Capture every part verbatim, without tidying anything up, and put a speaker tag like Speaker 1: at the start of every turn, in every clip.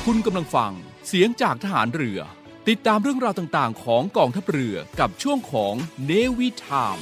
Speaker 1: คุณกำลังฟังเสียงจากทหารเรือติดตามเรื่องราวต่างๆของกองทัพเรือกับช่วงของ Navy Time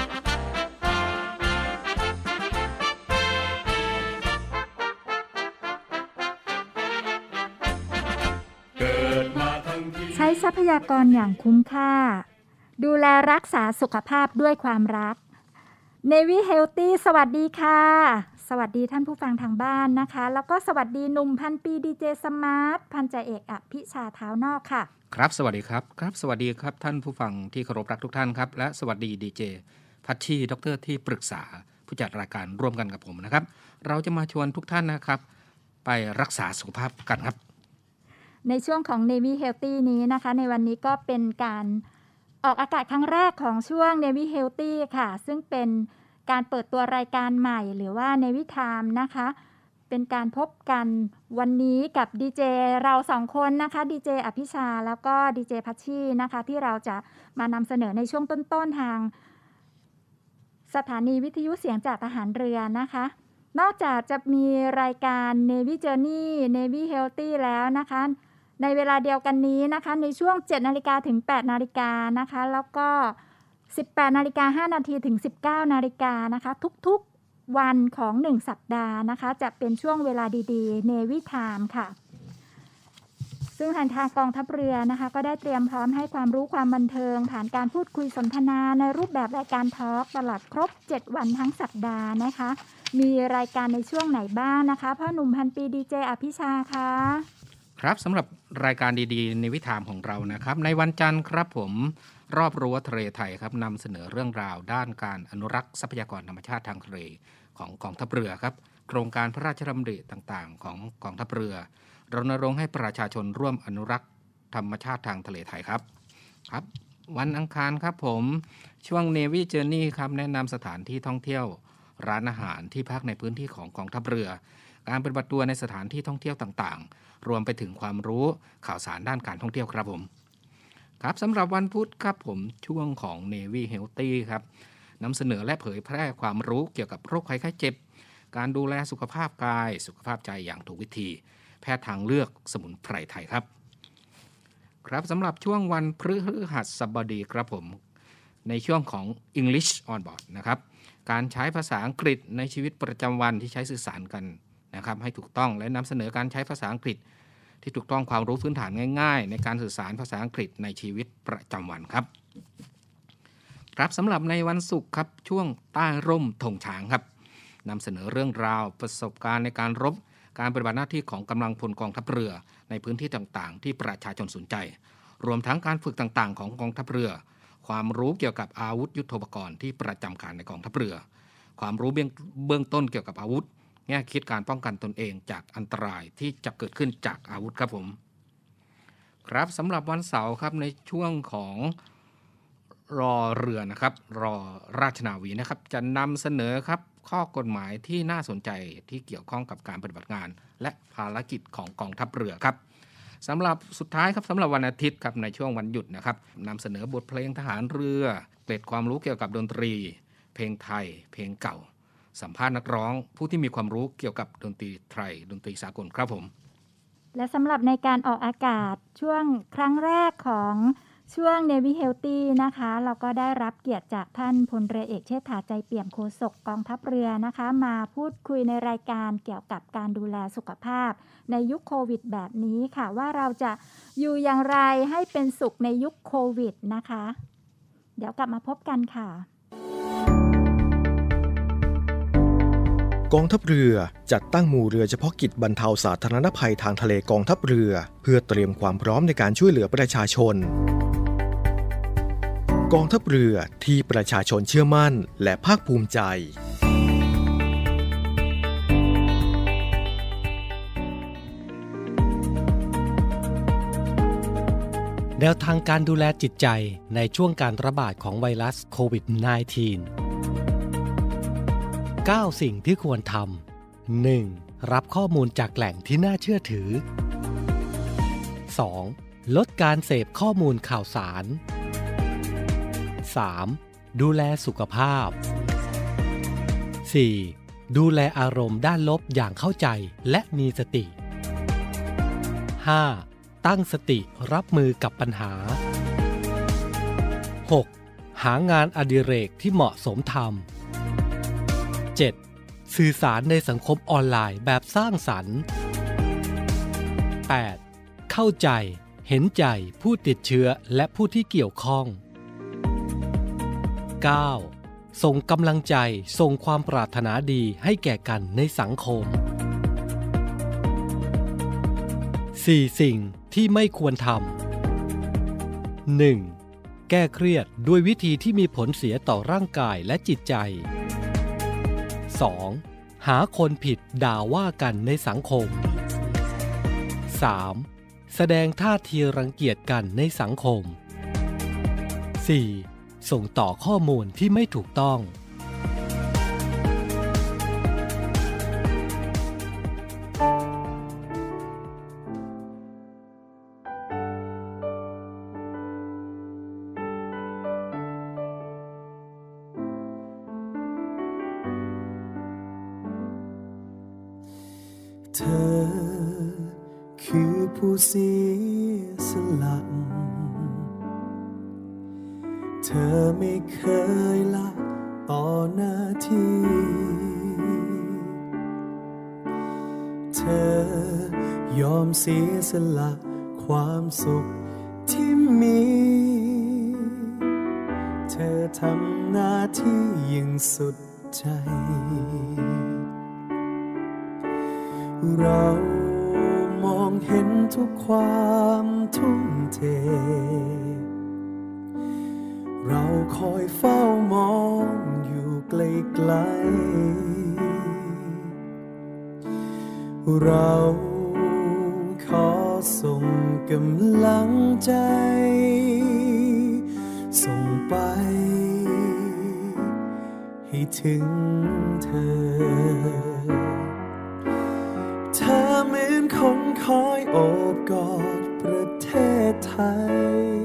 Speaker 2: ใช้ทรัพยากรอย่างคุ้มค่าดูแลรักษาสุขภาพด้วยความรัก Navy Healthy สวัสดีค่ะสวัสดีท่านผู้ฟังทางบ้านนะคะแล้วก็สวัสดีหนุ่มพันปีดีเจสมาร์ทพันจ่าเอกอภิชาเท้านอกค่ะ
Speaker 3: ครับสวัสดีครับครับสวัสดีครับท่านผู้ฟังที่เคารพรักทุกท่านครับและสวัสดีดีเจพัชชีดรที่ปรึกษาผู้จัดรายการร่วมกันกับผมนะครับเราจะมาชวนทุกท่านนะครับไปรักษาสุขภาพกันครับ
Speaker 2: ในช่วงของ Navy Healthy นี้นะคะในวันนี้ก็เป็นการออกอากาศครั้งแรกของช่วง Navy Healthy ค่ะซึ่งเป็นการเปิดตัวรายการใหม่หรือว่า Navy Time นะคะเป็นการพบกันวันนี้กับดีเจเราสองคนนะคะดีเจอภิชาแล้วก็ดีเจพัชชีนะคะที่เราจะมานำเสนอในช่วงต้นๆทางสถานีวิทยุเสียงจากทหารเรือนะคะนอกจากจะมีรายการ Navy Journey Navy Healthy แล้วนะคะในเวลาเดียวกันนี้นะคะในช่วง เจ็ดนาฬิกา ถึง แปดนาฬิกานะคะแล้วก็ สิบแปดนาฬิกาห้านาที ถึง สิบเก้านาฬิกานะคะทุกๆวันของหนึ่งสัปดาห์นะคะจะเป็นช่วงเวลาดีๆ Navy Time ค่ะซึ่งทางทางกองทัพเรือนะคะก็ได้เตรียมพร้อมให้ความรู้ความบันเทิงผ่านการพูดคุยสนทนาในรูปแบบรายการทอล์กตลอดครบเจ็ดวันทั้งสัปดาห์นะคะมีรายการในช่วงไหนบ้างนะคะพ่อหนุ่มพันปีดีเจอภิชาค่ะ
Speaker 3: ครับสำหรับรายการดีๆในวิถีของเรานะครับในวันจันทร์ครับผมรอบรั้วทะเลไทยครับนำเสนอเรื่องราวด้านการอนุรักษ์ทรัพยากรธรรมชาติทางทะเลของกองทัพเรือครับโครงการพระราชดำริต่างๆของกองทัพเรือรณรงค์ให้ประชาชนร่วมอนุรักษ์ธรรมชาติทางทะเลไทยครับครับวันอังคารครับผมช่วง Navy Journey ครับแนะนำสถานที่ท่องเที่ยวร้านอาหารที่พักในพื้นที่ของกองทัพเรือการปฏิบัติตัวในสถานที่ท่องเที่ยวต่างๆรวมไปถึงความรู้ข่าวสารด้านการท่องเที่ยวครับผมครับสำหรับวันพุธครับผมช่วงของ Navy Healthy ครับนำเสนอและเผยแพร่ความรู้เกี่ยวกับโรคภัยไข้เจ็บการดูแลสุขภาพกายสุขภาพใจอย่างถูกวิธีแพทย์ทางเลือกสมุนไพรไทยครับครับสำหรับช่วงวันพฤหัสบดีครับผมในช่วงของ English on board นะครับการใช้ภาษาอังกฤษในชีวิตประจำวันที่ใช้สื่อสารกันนะครับให้ถูกต้องและนำเสนอการใช้ภาษาอังกฤษที่ถูกต้องความรู้พื้นฐานง่ายๆในการสื่อสารภาษาอังกฤษในชีวิตประจำวันครับครับสำหรับในวันศุกร์ครับช่วงใต้ร่มธงช้างครับนำเสนอเรื่องราวประสบการณ์ในการรบการปฏิบัติหน้าที่ของกำลังพลกองทัพเรือในพื้นที่ต่างๆที่ประชาชนสนใจรวมทั้งการฝึกต่างๆของกองทัพเรือความรู้เกี่ยวกับอาวุธยุทโธปกรณ์ที่ประจำการในกองทัพเรือความรู้เบื้องต้นเกี่ยวกับอาวุธแง่คิดการป้องกันตนเองจากอันตรายที่จะเกิดขึ้นจากอาวุธครับผมครับสำหรับวันเสาร์ครับในช่วงของรอเรือนะครับรอราชนาวีนะครับจะนำเสนอครับข้อกฎหมายที่น่าสนใจที่เกี่ยวข้องกับการปฏิบัติงานและภารกิจของกองทัพเรือครับสำหรับสุดท้ายครับสำหรับวันอาทิตย์ครับในช่วงวันหยุดนะครับนำเสนอบทเพลงทหารเรือเกร็ดความรู้เกี่ยวกับดนตรีเพลงไทยเพลงเก่าสัมภาษณ์นักร้องผู้ที่มีความรู้เกี่ยวกับดนตรีไทยดนตรีสากลครับผม
Speaker 2: และสำหรับในการออกอากาศช่วงครั้งแรกของช่วง Navy Healthy นะคะเราก็ได้รับเกียรติจากท่านพลเรือเอกเชษฐาใจเปี่ยมโฆษกกองทัพเรือนะคะมาพูดคุยในรายการเกี่ยวกับการดูแลสุขภาพในยุคโควิดแบบนี้ค่ะว่าเราจะอยู่อย่างไรให้เป็นสุขในยุคโควิดนะคะเดี๋ยวกลับมาพบกันค่ะ
Speaker 4: กองทัพเรือจัดตั้งหมู่เรือเฉพาะกิจบรรเทาสาธารณภัยทางทะเลกองทัพเรือเพื่อเตรียมความพร้อมในการช่วยเหลือประชาชนกองทัพเรือที่ประชาชนเชื่อมั่นและภาคภูมิใจ
Speaker 5: แนวทางการดูแลจิตใจในช่วงการระบาดของไวรัสโควิด สิบเก้าเก้า สิ่งที่ควรทำ หนึ่ง. รับข้อมูลจากแหล่งที่น่าเชื่อถือ สอง. ลดการเสพข้อมูลข่าวสาร สาม. ดูแลสุขภาพ สี่. ดูแลอารมณ์ด้านลบอย่างเข้าใจและมีสติห้า ตั้งสติรับมือกับปัญหา หก หางานอดิเรกที่เหมาะสมทำ เจ็ด สื่อสารในสังคมออนไลน์แบบสร้างสรรค์ แปด เข้าใจเห็นใจผู้ติดเชื้อและผู้ที่เกี่ยวข้อง เก้า ส่งกำลังใจส่งความปรารถนาดีให้แก่กันในสังคม สี่ สิ่งที่ไม่ควรทำ หนึ่ง แก้เครียดด้วยวิธีที่มีผลเสียต่อร่างกายและจิตใจ สอง หาคนผิดด่าว่ากันในสังคม สาม แสดงท่าทีรังเกียจกันในสังคม สี่ ส่งต่อข้อมูลที่ไม่ถูกต้อง
Speaker 6: เธอคือผู้เสียสละเธอไม่เคยละต่อหน้าที่เธอยอมเสียสละความสุขที่มีเธอทำหน้าที่อย่างสุดใจเรามองเห็นทุกความทุ่มเทเราคอยเฝ้ามองอยู่ไกลๆเราขอส่งกำลังใจส่งไปให้ถึงเธอเธอเหมือนคนคอยโอบกอดประเทศไทย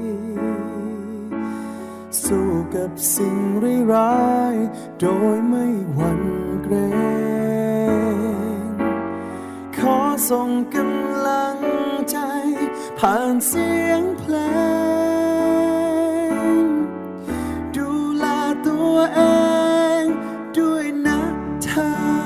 Speaker 6: สู้กับสิ่งร้ายๆโดยไม่หวั่นเกรงขอส่งกำลังใจผ่านเสียงเพลงดูแลตัวเองด้วยนะเธอ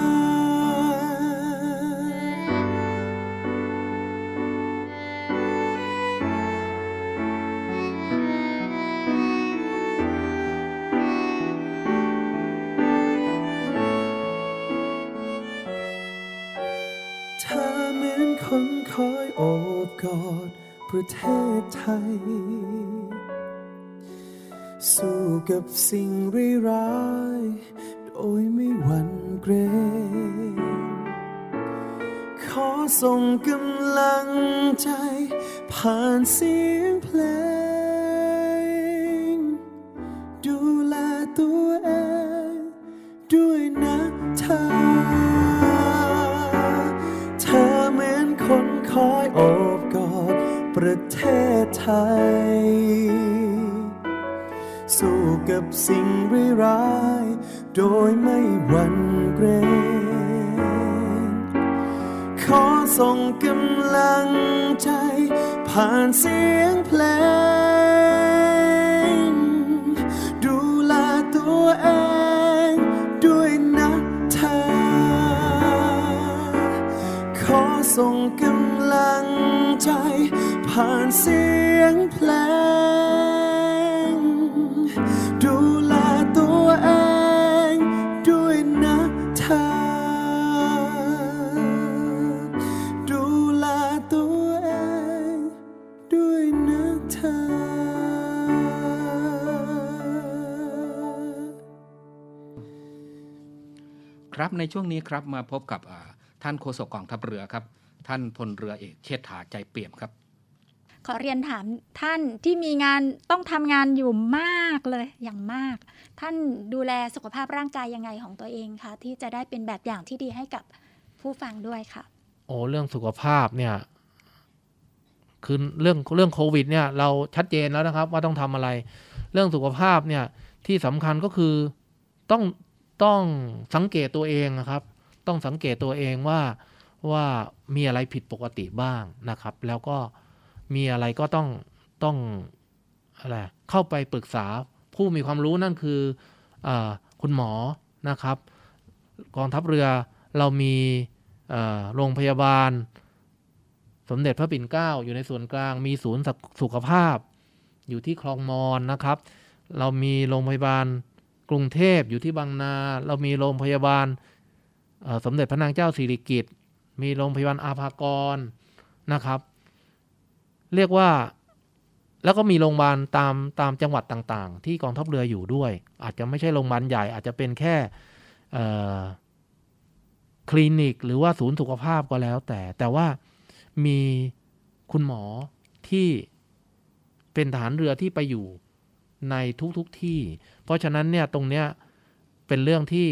Speaker 6: คนคอยโอบกอดประเทศไทยสู้กับสิ่งร้ายๆโดยไม่หวั่นเกรงขอส่งกำลังใจผ่านเสียงเพลงดูแลตัวเองด้วยนะเธอคนคอยโอบกอดประเทศไทยสู้กับสิ่งร้ายๆโดยไม่หวั่นเกรงขอส่งกำลังใจผ่านเสียงเพลงดูแลตัวเองด้วยนะเธอขอส่งกำลังใจผ่านเสียงเพลงดูแลตัวเองด้วยนะเธอดูแลตัวเองด้วยนะเธอ
Speaker 3: ครับในช่วงนี้ครับมาพบกับท่านโฆษกกองทัพเรือครับท่านพลเรือเอกเชษฐาใจเปี่ยมครับ
Speaker 2: ขอเรียนถามท่านที่มีงานต้องทำงานอยู่มากเลยอย่างมากท่านดูแลสุขภาพร่างกายยังไงของตัวเองคะที่จะได้เป็นแบบอย่างที่ดีให้กับผู้ฟังด้วยค่ะ
Speaker 7: โอ้เรื่องสุขภาพเนี่ยคือเรื่องเรื่องโควิดเนี่ยเราชัดเจนแล้วนะครับว่าต้องทำอะไรเรื่องสุขภาพเนี่ยที่สำคัญก็คือต้องต้องสังเกตตัวเองนะครับต้องสังเกตตัวเองว่าว่ามีอะไรผิดปกติบ้างนะครับแล้วก็มีอะไรก็ต้องต้องอะไรเข้าไปปรึกษาผู้มีความรู้นั่นคือเอ่อคุณหมอนะครับกองทัพเรือเรามีเอ่อโรงพยาบาลสมเด็จพระปิ่นเกล้าอยู่ในส่วนกลางมีศูนย์สุขภาพอยู่ที่คลองมอนนะครับเรามีโรงพยาบาลกรุงเทพอยู่ที่บางนาเรามีโรงพยาบาลสมเด็จพระนางเจ้าสิริกิติ์มีโรงพยาบาลอาภากรนะครับเรียกว่าแล้วก็มีโรงพยาบาลตามตามจังหวัดต่างๆที่กองทัพเรืออยู่ด้วยอาจจะไม่ใช่โรงพยาบาลใหญ่อาจจะเป็นแค่คลินิกหรือว่าศูนย์สุขภาพก็แล้วแต่แต่ว่ามีคุณหมอที่เป็นทหารเรือที่ไปอยู่ในทุกๆ ที่เพราะฉะนั้นเนี่ยตรงเนี้ยเป็นเรื่องที่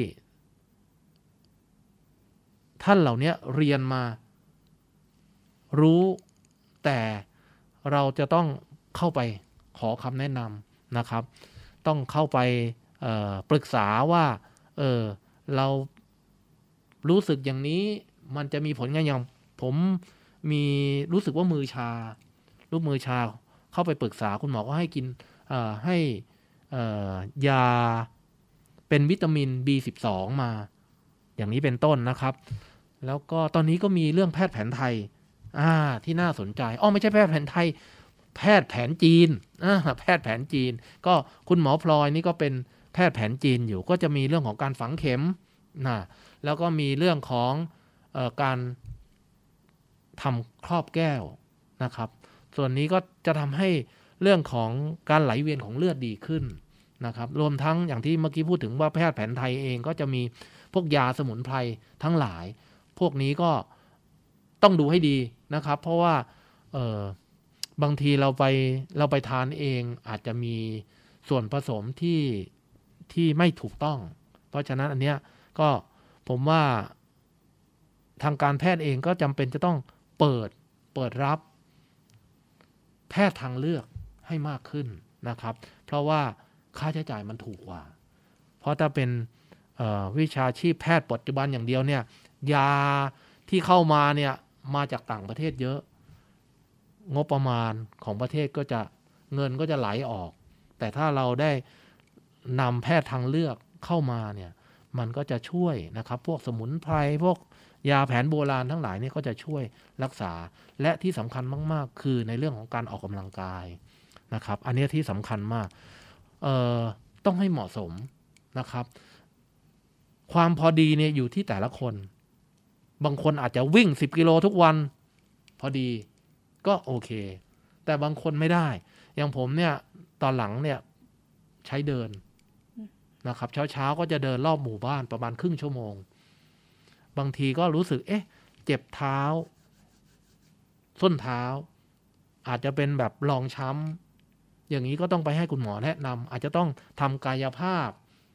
Speaker 7: ท่านเหล่านี้เรียนมารู้แต่เราจะต้องเข้าไปขอคำแนะนำนะครับต้องเข้าไปปรึกษาว่าเออเรารู้สึกอย่างนี้มันจะมีผลไงอย่างผมมีรู้สึกว่ามือชาลูกมือชาเข้าไปปรึกษาคุณหมอก็ให้กินให้ยาเป็นวิตามิน บี สิบสอง มาอย่างนี้เป็นต้นนะครับแล้วก็ตอนนี้ก็มีเรื่องแพทย์แผนไทยอ่าที่น่าสนใจอ้อไม่ใช่แพทย์แผนไทยแพทย์แผนจีนอ่าแพทย์แผนจีนก็คุณหมอพลอยนี่ก็เป็นแพทย์แผนจีนอยู่ก็จะมีเรื่องของการฝังเข็มนะแล้วก็มีเรื่องของเอ่อการทำครอบแก้วนะครับส่วนนี้ก็จะทำให้เรื่องของการไหลเวียนของเลือดดีขึ้นนะครับรวมทั้งอย่างที่เมื่อกี้พูดถึงว่าแพทย์แผนไทยเองก็จะมีพวกยาสมุนไพรทั้งหลายพวกนี้ก็ต้องดูให้ดีนะครับเพราะว่าเอ่อบางทีเราไปเราไปทานเองอาจจะมีส่วนผสมที่ที่ไม่ถูกต้องเพราะฉะนั้นอันเนี้ยก็ผมว่าทางการแพทย์เองก็จำเป็นจะต้องเปิดเปิดรับแพทย์ทางเลือกให้มากขึ้นนะครับเพราะว่าค่าใช้จ่ายมันถูกกว่าเพราะถ้าเป็นวิชาชีพแพทย์ปัจจุบันอย่างเดียวเนี่ยยาที่เข้ามาเนี่ยมาจากต่างประเทศเยอะงบประมาณของประเทศก็จะเงินก็จะไหลออกแต่ถ้าเราได้นำแพทย์ทางเลือกเข้ามาเนี่ยมันก็จะช่วยนะครับพวกสมุนไพรพวกยาแผนโบราณทั้งหลายนี่ก็จะช่วยรักษาและที่สำคัญมากๆคือในเรื่องของการออกกำลังกายนะครับอันนี้ที่สำคัญมากเอ่อต้องให้เหมาะสมนะครับความพอดีเนี่ยอยู่ที่แต่ละคนบางคนอาจจะวิ่งสิบกิโลทุกวันพอดีก็โอเคแต่บางคนไม่ได้อย่างผมเนี่ยตอนหลังเนี่ยใช้เดินนะครับเช้าๆก็จะเดินรอบหมู่บ้านประมาณครึ่งชั่วโมงบางทีก็รู้สึกเอ๊ะเจ็บเท้าส้นเท้าอาจจะเป็นแบบรองช้ำอย่างนี้ก็ต้องไปให้คุณหมอแนะนำอาจจะต้องทำกายภาพ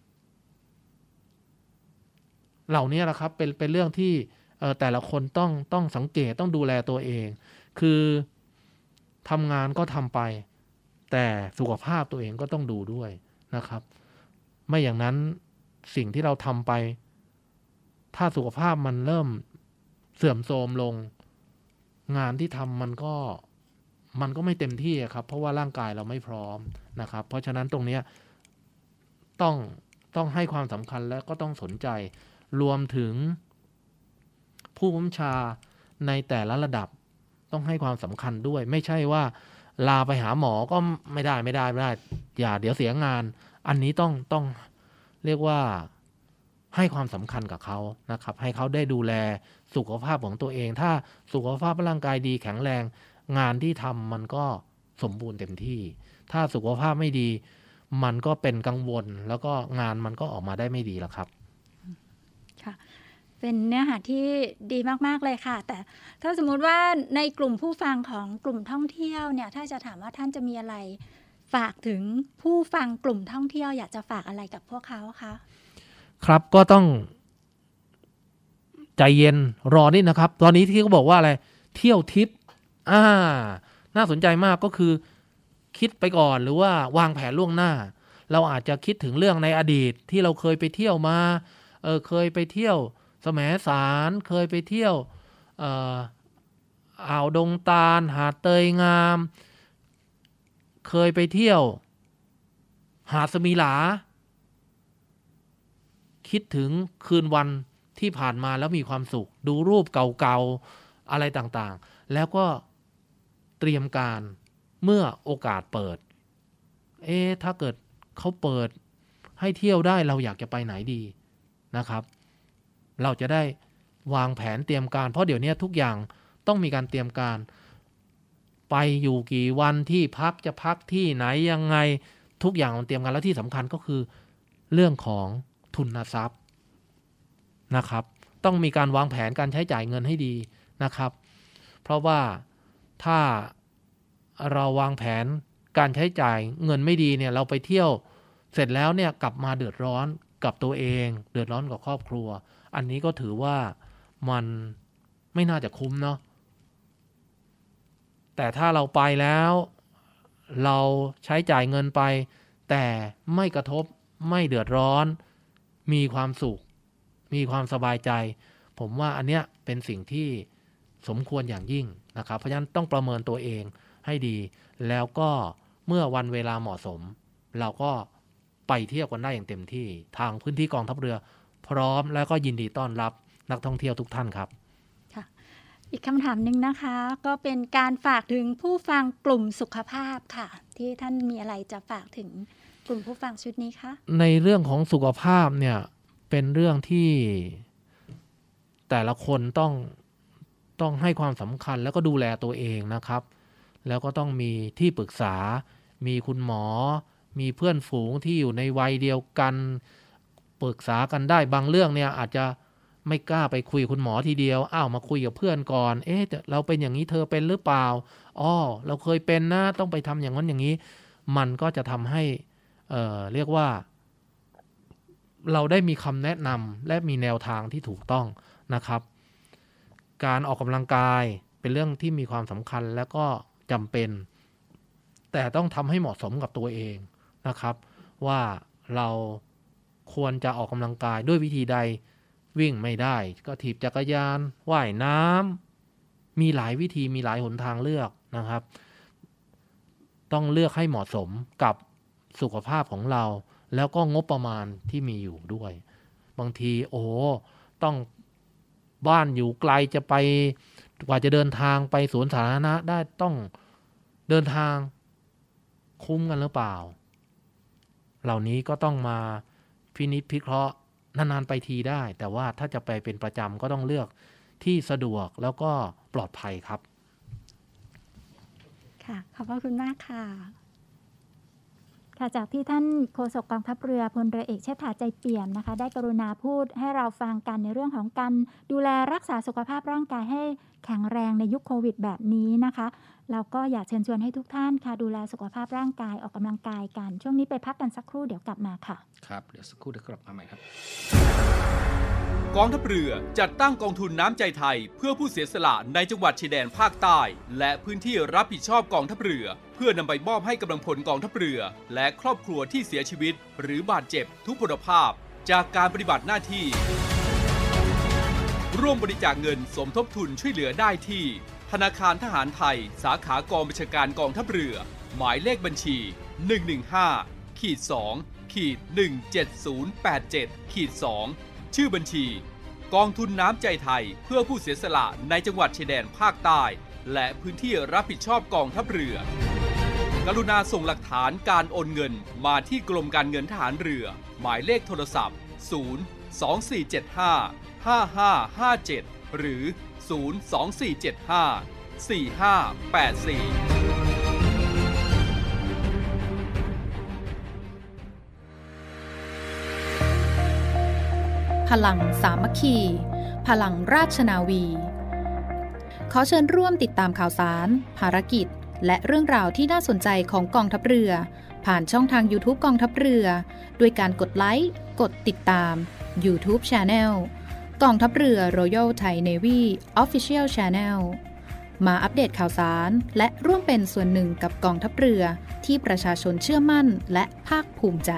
Speaker 7: เหล่านี้แหละครับเป็นเป็นเรื่องที่แต่ละคนต้องต้องสังเกตต้องดูแลตัวเองคือทำงานก็ทำไปแต่สุขภาพตัวเองก็ต้องดูด้วยนะครับไม่อย่างนั้นสิ่งที่เราทำไปถ้าสุขภาพมันเริ่มเสื่อมโทรมลงงานที่ทำมันก็มันก็ไม่เต็มที่ครับเพราะว่าร่างกายเราไม่พร้อมนะครับเพราะฉะนั้นตรงนี้ต้องต้องให้ความสำคัญและก็ต้องสนใจรวมถึงผู้บัญชาในแต่ละระดับต้องให้ความสำคัญด้วยไม่ใช่ว่าลาไปหาหมอก็ไม่ได้ไม่ได้ไม่ได้อย่าเดี๋ยวเสียงานอันนี้ต้องต้องเรียกว่าให้ความสำคัญกับเขานะครับให้เขาได้ดูแลสุขภาพของตัวเองถ้าสุขภาพร่างกายดีแข็งแรงงานที่ทำมันก็สมบูรณ์เต็มที่ถ้าสุขภาพไม่ดีมันก็เป็นกังวลแล้วก็งานมันก็ออกมาได้ไม่ดีแล้วครับ
Speaker 2: ค่ะเป็นเนื้อหาที่ดีมากๆเลยค่ะแต่ถ้าสมมุติว่าในกลุ่มผู้ฟังของกลุ่มท่องเที่ยวเนี่ยถ้าจะถามว่าท่านจะมีอะไรฝากถึงผู้ฟังกลุ่มท่องเที่ยวอยากจะฝากอะไรกับพวกเขาคะ
Speaker 7: ครับก็ต้องใจเย็นรอนิดนะครับตอนนี้ที่เขาบอกว่าอะไรเที่ยวทิปอ่าน่าสนใจมากก็คือคิดไปก่อนหรือว่าวางแผนล่วงหน้าเราอาจจะคิดถึงเรื่องในอดีตที่เราเคยไปเที่ยวมาเออเคยไปเที่ยวแสมสารเคยไปเที่ยวเอ่ออ่าวดงตาลหาดเตยงามเคยไปเที่ยวหาดสมิหลาคิดถึงคืนวันที่ผ่านมาแล้วมีความสุขดูรูปเก่าๆอะไรต่างๆแล้วก็เตรียมการเมื่อโอกาสเปิดเอ๊ะถ้าเกิดเขาเปิดให้เที่ยวได้เราอยากจะไปไหนดีนะครับเราจะได้วางแผนเตรียมการเพราะเดี๋ยวนี้ทุกอย่างต้องมีการเตรียมการไปอยู่กี่วันที่พักจะพักที่ไหนยังไงทุกอย่างมันเตรียมกันแล้วที่สำคัญก็คือเรื่องของทุนทรัพย์นะครับต้องมีการวางแผนการใช้จ่ายเงินให้ดีนะครับเพราะว่าถ้าเราวางแผนการใช้จ่ายเงินไม่ดีเนี่ยเราไปเที่ยวเสร็จแล้วเนี่ยกลับมาเดือดร้อนกับตัวเองเดือดร้อนกับครอบครัวอันนี้ก็ถือว่ามันไม่น่าจะคุ้มเนาะแต่ถ้าเราไปแล้วเราใช้จ่ายเงินไปแต่ไม่กระทบไม่เดือดร้อนมีความสุขมีความสบายใจผมว่าอันเนี้ยเป็นสิ่งที่สมควรอย่างยิ่งนะครับเพราะฉะนั้นต้องประเมินตัวเองให้ดีแล้วก็เมื่อวันเวลาเหมาะสมเราก็ไปเที่ยวกันได้อย่างเต็มที่ทางพื้นที่กองทัพเรือพร้อมแล้วก็ยินดีต้อนรับนักท่องเที่ยวทุกท่านครับ
Speaker 2: ค่ะอีกคำถามหนึ่งนะคะก็เป็นการฝากถึงผู้ฟังกลุ่มสุขภาพค่ะที่ท่านมีอะไรจะฝากถึงกลุ่มผู้ฟังชุดนี้คะ
Speaker 7: ในเรื่องของสุขภาพเนี่ยเป็นเรื่องที่แต่ละคนต้องต้องให้ความสำคัญแล้วก็ดูแลตัวเองนะครับแล้วก็ต้องมีที่ปรึกษามีคุณหมอมีเพื่อนฝูงที่อยู่ในวัยเดียวกันปรึกษากันได้บางเรื่องเนี่ยอาจจะไม่กล้าไปคุยคุณหมอทีเดียวอ้าวมาคุยกับเพื่อนก่อนเอ๊ะเราเป็นอย่างนี้เธอเป็นหรือเปล่าอ้อเราเคยเป็นนะต้องไปทำอย่างนั้นอย่างนี้มันก็จะทำให้เอ่อเรียกว่าเราได้มีคำแนะนำและมีแนวทางที่ถูกต้องนะครับการออกกำลังกายเป็นเรื่องที่มีความสำคัญและก็จำเป็นแต่ต้องทำให้เหมาะสมกับตัวเองนะครับว่าเราควรจะออกกำลังกายด้วยวิธีใดวิ่งไม่ได้ก็ถีบจักรยานว่ายน้ำมีหลายวิธีมีหลายหนทางเลือกนะครับต้องเลือกให้เหมาะสมกับสุขภาพของเราแล้วก็งบประมาณที่มีอยู่ด้วยบางทีโอ้ต้องบ้านอยู่ไกลจะไปกว่าจะเดินทางไปสวนสาธารณะได้ต้องเดินทางคุ้มกันหรือเปล่าเหล่านี้ก็ต้องมาพินิจพิเคราะห์นานๆไปทีได้แต่ว่าถ้าจะไปเป็นประจำก็ต้องเลือกที่สะดวกแล้วก็ปลอดภัยครับ
Speaker 2: ค่ะขอบพระคุณมากค่ะค่ะจากที่ท่านโฆษกกองทัพเรือพลเรือเอกเชษฐาใจเปี่ยมนะคะได้กรุณาพูดให้เราฟังกันในเรื่องของการดูแลรักษาสุขภาพร่างกายให้แข็งแรงในยุคโควิดแบบนี้นะคะเราก็อยากเชิญชวนให้ทุกท่านค่ะดูแลสุขภาพร่างกายออกกำลังกายกันช่วงนี้ไปพักกันสักครู่เดี๋ยวกลับมาค่ะ
Speaker 3: ครับเดี๋ยวสักครู่เดี๋ยวกลับมาใหม่ครับ
Speaker 1: กองทัพเรือจัดตั้งกองทุนน้ำใจไทยเพื่อผู้เสียสละในจังหวัดชายแดนภาคใต้และพื้นที่รับผิดชอบกองทัพเรือเพื่อนำไปมอบให้กำลังพลกองทัพเรือและครอบครัวที่เสียชีวิตหรือบาดเจ็บทุพพลภาพจากการปฏิบัติหน้าที่ร่วมบริจาคเงินสมทบทุนช่วยเหลือได้ที่ธนาคารทหารไทยสาขากองบัญชาการกองทัพเรือหมายเลขบัญชี หนึ่ง หนึ่ง ห้า สอง หนึ่ง เจ็ด ศูนย์ แปด เจ็ด สอง ชื่อบัญชีกองทุนน้ำใจไทยเพื่อผู้เสียสละในจังหวัดชายแดนภาคใต้และพื้นที่รับผิดชอบกองทัพเรือกรุณาส่งหลักฐานการโอนเงินมาที่กรมการเงินทหารเรือหมายเลขโทรศัพท์ศูนย์ สอง สี่ เจ็ด ห้า ห้า ห้า ห้า เจ็ดหรือศูนย์ สอง สี่ เจ็ด ห้า สี่ ห้า แปด สี่
Speaker 8: พลังสามัคคีพลังราชนาวีขอเชิญร่วมติดตามข่าวสารภารกิจและเรื่องราวที่น่าสนใจของกองทัพเรือผ่านช่องทาง YouTube กองทัพเรือด้วยการกดไลค์กดติดตาม YouTube Channel กองทัพเรือ Royal Thai Navy Official Channel มาอัปเดตข่าวสารและร่วมเป็นส่วนหนึ่งกับกองทัพเรือที่ประชาชนเชื่อมั่นและภาคภูมิใจ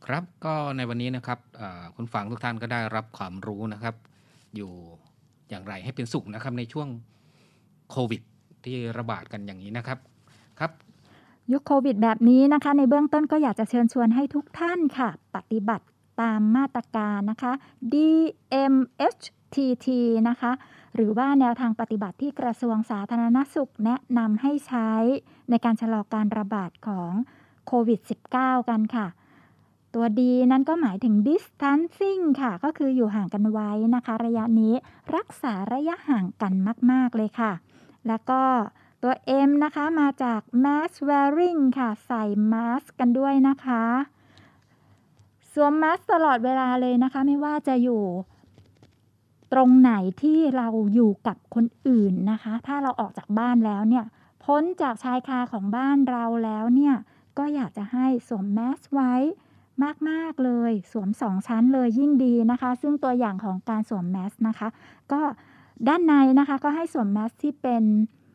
Speaker 3: ครับก็ในวันนี้นะครับคุณฟังทุกท่านก็ได้รับความรู้นะครับอยู่อย่างไรให้เป็นสุขนะครับในช่วงโควิดที่ระบาดกันอย่างนี้นะครับครับ
Speaker 2: ยุคโควิดแบบนี้นะคะในเบื้องต้นก็อยากจะเชิญชวนให้ทุกท่านค่ะปฏิบัติตามมาตรการนะคะ ดี เอ็ม เอช ที ที นะคะหรือว่าแนวทางปฏิบัติที่กระทรวงสาธารณสุขแนะนำให้ใช้ในการชะลอการระบาดของโควิด สิบเก้า กันค่ะตัว D นั้นก็หมายถึง distancing ค่ะก็คืออยู่ห่างกันไว้นะคะระยะนี้รักษาระยะห่างกันมากๆเลยค่ะแล้วก็ตัว M นะคะมาจาก mask wearing ค่ะใส่มาสก์กันด้วยนะคะสวมมาสก์ตลอดเวลาเลยนะคะไม่ว่าจะอยู่ตรงไหนที่เราอยู่กับคนอื่นนะคะถ้าเราออกจากบ้านแล้วเนี่ยพ้นจากชายคาของบ้านเราแล้วเนี่ยก็อยากจะให้สวมแมสก์ไว้มากๆเลยสวมสองชั้นเลยยิ่งดีนะคะซึ่งตัวอย่างของการสวมแมสก์นะคะก็ด้านในนะคะก็ให้สวมแมสก์ที่เป็น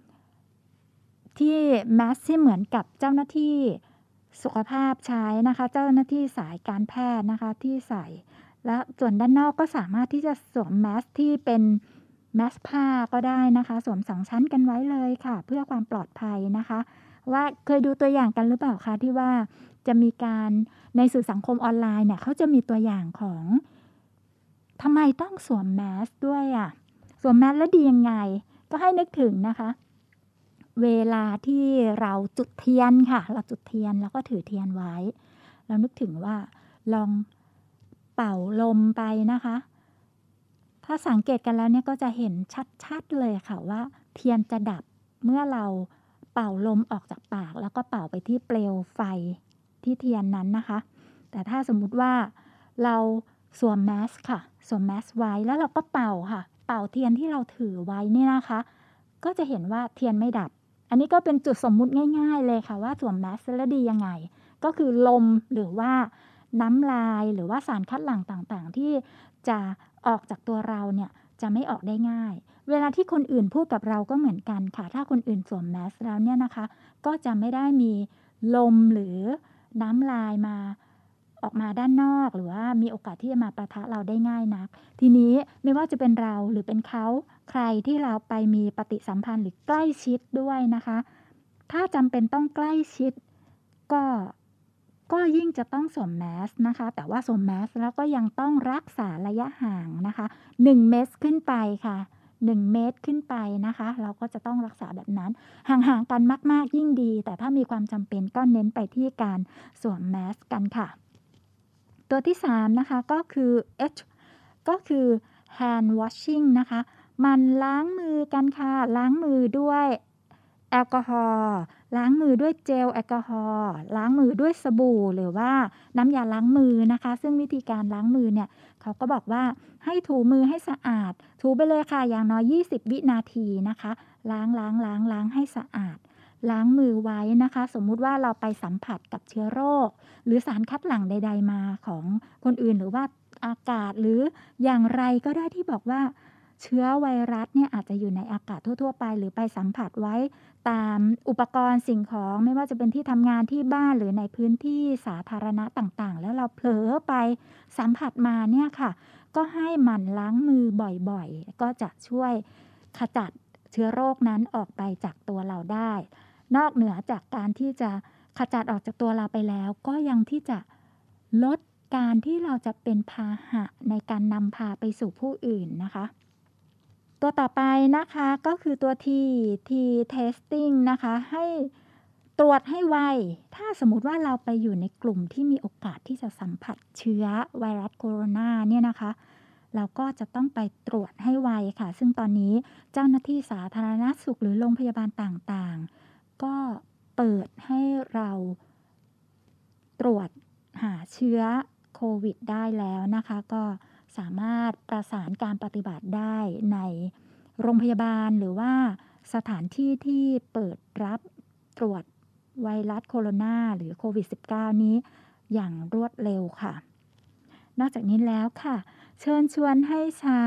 Speaker 2: ที่แมสที่เหมือนกับเจ้าหน้าที่สุขภาพใช้นะคะเจ้าหน้าที่สายการแพทย์นะคะที่ใส่และส่วนด้านนอกก็สามารถที่จะสวมแมสที่เป็นแมสผ้าก็ได้นะคะสวมสองชั้นกันไว้เลยค่ะเพื่อความปลอดภัยนะคะว่าเคยดูตัวอย่างกันหรือเปล่าคะที่ว่าจะมีการในสื่อสังคมออนไลน์เนี่ยเขาจะมีตัวอย่างของทำไมต้องสวมแมสด้วยอ่ะสวมแมสแล้วดียังไงก็ให้นึกถึงนะคะเวลาที่เราจุดเทียนค่ะเราจุดเทียนแล้วก็ถือเทียนไว้เรานึกถึงว่าลองเป่าลมไปนะคะถ้าสังเกตกันแล้วเนี่ยก็จะเห็นชัดๆเลยค่ะว่าเทียนจะดับเมื่อเราเป่าลมออกจากปากแล้วก็เป่าไปที่เปลวไฟที่เทียนนั้นนะคะแต่ถ้าสมมุติว่าเราสวมแมสค่ะสวมแมสไว้แล้วเราก็เป่าค่ะเป่าเทียนที่เราถือไว้นี่นะคะก็จะเห็นว่าเทียนไม่ดับอันนี้ก็เป็นจุดสมมุติง่ายๆเลยค่ะว่าสวมแมสแล้วดียังไงก็คือลมหรือว่าน้ำลายหรือว่าสารคัดหลั่งต่างๆที่จะออกจากตัวเราเนี่ยจะไม่ออกได้ง่ายเวลาที่คนอื่นพูดกับเราก็เหมือนกันค่ะถ้าคนอื่นสวมแมสแล้วเนี่ยนะคะก็จะไม่ได้มีลมหรือน้ำลายมาออกมาด้านนอกหรือว่ามีโอกาสที่จะมาปะทะเราได้ง่ายนักทีนี้ไม่ว่าจะเป็นเราหรือเป็นเขาใครที่เราไปมีปฏิสัมพันธ์หรือใกล้ชิดด้วยนะคะถ้าจำเป็นต้องใกล้ชิดก็ก็ยิ่งจะต้องสวมแมสนะคะแต่ว่าสวมแมสแล้วก็ยังต้องรักษาระยะห่างนะคะหนึ่งเมตรขึ้นไปค่ะหนึ่งเมตรขึ้นไปนะคะเราก็จะต้องรักษาแบบนั้นห่างๆกันมากๆยิ่งดีแต่ถ้ามีความจำเป็นก็เน้นไปที่การสวมแมสกันค่ะตัวที่สามนะคะก็คือ H ก็คือ hand washing นะคะมันล้างมือกันค่ะล้างมือด้วยแอลกอฮอล์ล้างมือด้วยเจลแอลกอฮอล์ล้างมือด้วยสบู่หรือว่าน้ำยาล้างมือนะคะซึ่งวิธีการล้างมือเนี่ยเขาก็บอกว่าให้ถูมือให้สะอาดถูไปเลยค่ะอย่างน้อยยี่สิบวินาทีนะคะล้างล้างล้างล้างให้สะอาดล้างมือไว้นะคะสมมุติว่าเราไปสัมผัสกับเชื้อโรคหรือสารคัดหลั่งใดๆมาของคนอื่นหรือว่าอากาศหรืออย่างไรก็ได้ที่บอกว่าเชื้อไวรัสเนี่ยอาจจะอยู่ในอากาศทั่วๆไปหรือไปสัมผัสไว้ตามอุปกรณ์สิ่งของไม่ว่าจะเป็นที่ทำงานที่บ้านหรือในพื้นที่สาธารณะต่างๆแล้วเราเผลอไปสัมผัสมาเนี่ยค่ะก็ให้หมั่นล้างมือบ่อยๆก็จะช่วยขจัดเชื้อโรคนั้นออกไปจากตัวเราได้นอกเหนือจากการที่จะขจัดออกจากตัวเราไปแล้วก็ยังที่จะลดการที่เราจะเป็นพาหะในการนำพาไปสู่ผู้อื่นนะคะตัวต่อไปนะคะก็คือตัว T T testing นะคะให้ตรวจให้ไวถ้าสมมุติว่าเราไปอยู่ในกลุ่มที่มีโอกาสที่จะสัมผัสเชื้อไวรัสโคโรนาเนี่ยนะคะเราก็จะต้องไปตรวจให้ไวค่ะซึ่งตอนนี้เจ้าหน้าที่สาธารณสุขหรือโรงพยาบาลต่างๆก็เปิดให้เราตรวจหาเชื้อโควิดได้แล้วนะคะก็สามารถประสานการปฏิบัติได้ในโรงพยาบาลหรือว่าสถานที่ที่เปิดรับตรวจไวรัสโคโรนาหรือโควิด สิบเก้า นี้อย่างรวดเร็วค่ะนอกจากนี้แล้วค่ะเชิญชวนให้ใช้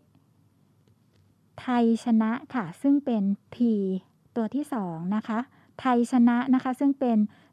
Speaker 2: ไทยชนะค่ะซึ่งเป็น T ตัวที่สองนะคะไทยชนะนะคะซึ่งเป็น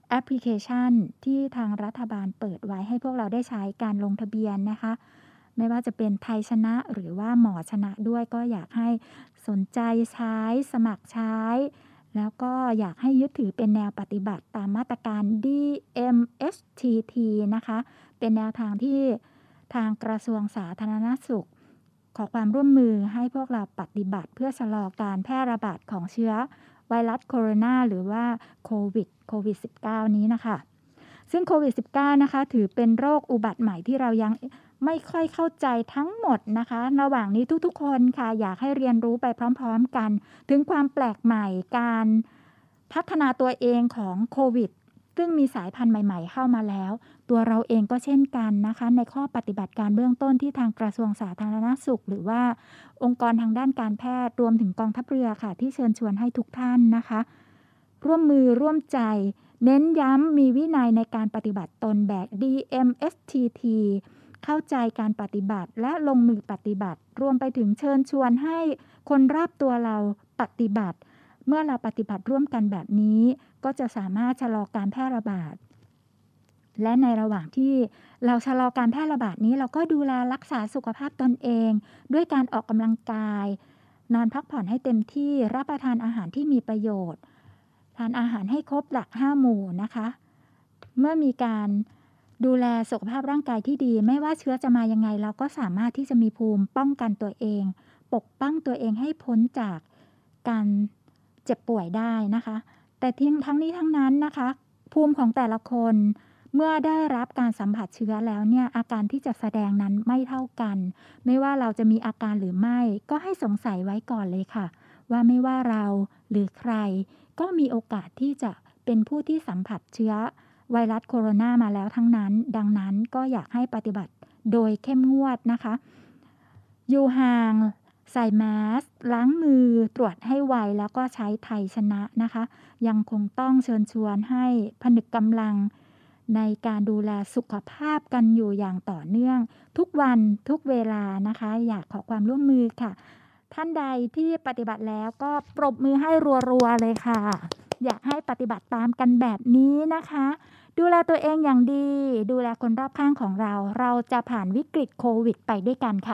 Speaker 2: แอปพลิเคชันที่ทางรัฐบาลเปิดไว้ให้พวกเราได้ใช้การลงทะเบียนนะคะไม่ว่าจะเป็นไทยชนะหรือว่าหมอชนะด้วยก็อยากให้สนใจใช้สมัครใช้แล้วก็อยากให้ยึดถือเป็นแนวปฏิบัติตามมาตรการ ดี เอ็ม เอช ที ที นะคะเป็นแนวทางที่ทางกระทรวงสาธารณสุขขอความร่วมมือให้พวกเราปฏิบัติเพื่อชะลอการแพร่ระบาดของเชื้อไวรัสโคโรนาหรือว่าโควิดโควิด สิบเก้า นี้นะคะซึ่งโควิด สิบเก้า นะคะถือเป็นโรคอุบัติใหม่ที่เรายังไม่ค่อยเข้าใจทั้งหมดนะคะระหว่างนี้ทุกๆคนค่ะอยากให้เรียนรู้ไปพร้อมๆกันถึงความแปลกใหม่การพัฒนาตัวเองของโควิดซึ่งมีสายพันธุ์ใหม่ๆเข้ามาแล้วตัวเราเองก็เช่นกันนะคะในข้อปฏิบัติการเบื้องต้นที่ทางกระทรวงสาธารณสุขหรือว่าองค์กรทางด้านการแพทย์รวมถึงกองทัพเรือค่ะที่เชิญชวนให้ทุกท่านนะคะร่วมมือร่วมใจเน้นย้ำมีวินัยในการปฏิบัติตนแบบ ดี เอ็ม เอช ที ที เข้าใจการปฏิบัติและลงมือปฏิบัติรวมไปถึงเชิญชวนให้คนรอบตัวเราปฏิบัติเมื่อเราปฏิบัติร่วมกันแบบนี้ก็จะสามารถชะลอการแพร่ระบาดและในระหว่างที่เราชะลอการแพร่ระบาดนี้เราก็ดูแลรักษาสุขภาพตนเองด้วยการออกกำลังกายนอนพักผ่อนให้เต็มที่รับประทานอาหารที่มีประโยชน์ทานอาหารให้ครบหลักห้าหมู่นะคะเมื่อมีการดูแลสุขภาพร่างกายที่ดีไม่ว่าเชื้อจะมายังไงเราก็สามารถที่จะมีภูมิป้องกันตัวเองปกป้องตัวเองให้พ้นจากการเจ็บป่วยได้นะคะแต่ทั้งนี้ทั้งนั้นนะคะภูมิของแต่ละคนเมื่อได้รับการสัมผัสเชื้อแล้วเนี่ยอาการที่จะแสดงนั้นไม่เท่ากันไม่ว่าเราจะมีอาการหรือไม่ก็ให้สงสัยไว้ก่อนเลยค่ะว่าไม่ว่าเราหรือใครก็มีโอกาสที่จะเป็นผู้ที่สัมผัสเชื้อไวรัสโคโรนามาแล้วทั้งนั้นดังนั้นก็อยากให้ปฏิบัติโดยเข้มงวดนะคะอยู่ห่างใส่แมสล้างมือตรวจให้ไวแล้วก็ใช้ไทยชนะนะคะยังคงต้องเชิญชวนให้ผนึกกำลังในการดูแลสุขภาพกันอยู่อย่างต่อเนื่องทุกวันทุกเวลานะคะอยากขอความร่วมมือค่ะท่านใดที่ปฏิบัติแล้วก็ปรบมือให้รัวๆเลยค่ะอยากให้ปฏิบัติตามกันแบบนี้นะคะดูแลตัวเองอย่างดีดูแลคนรอบข้างของเราเราจะผ่านวิกฤตโควิดไปด้วยกันค่ะ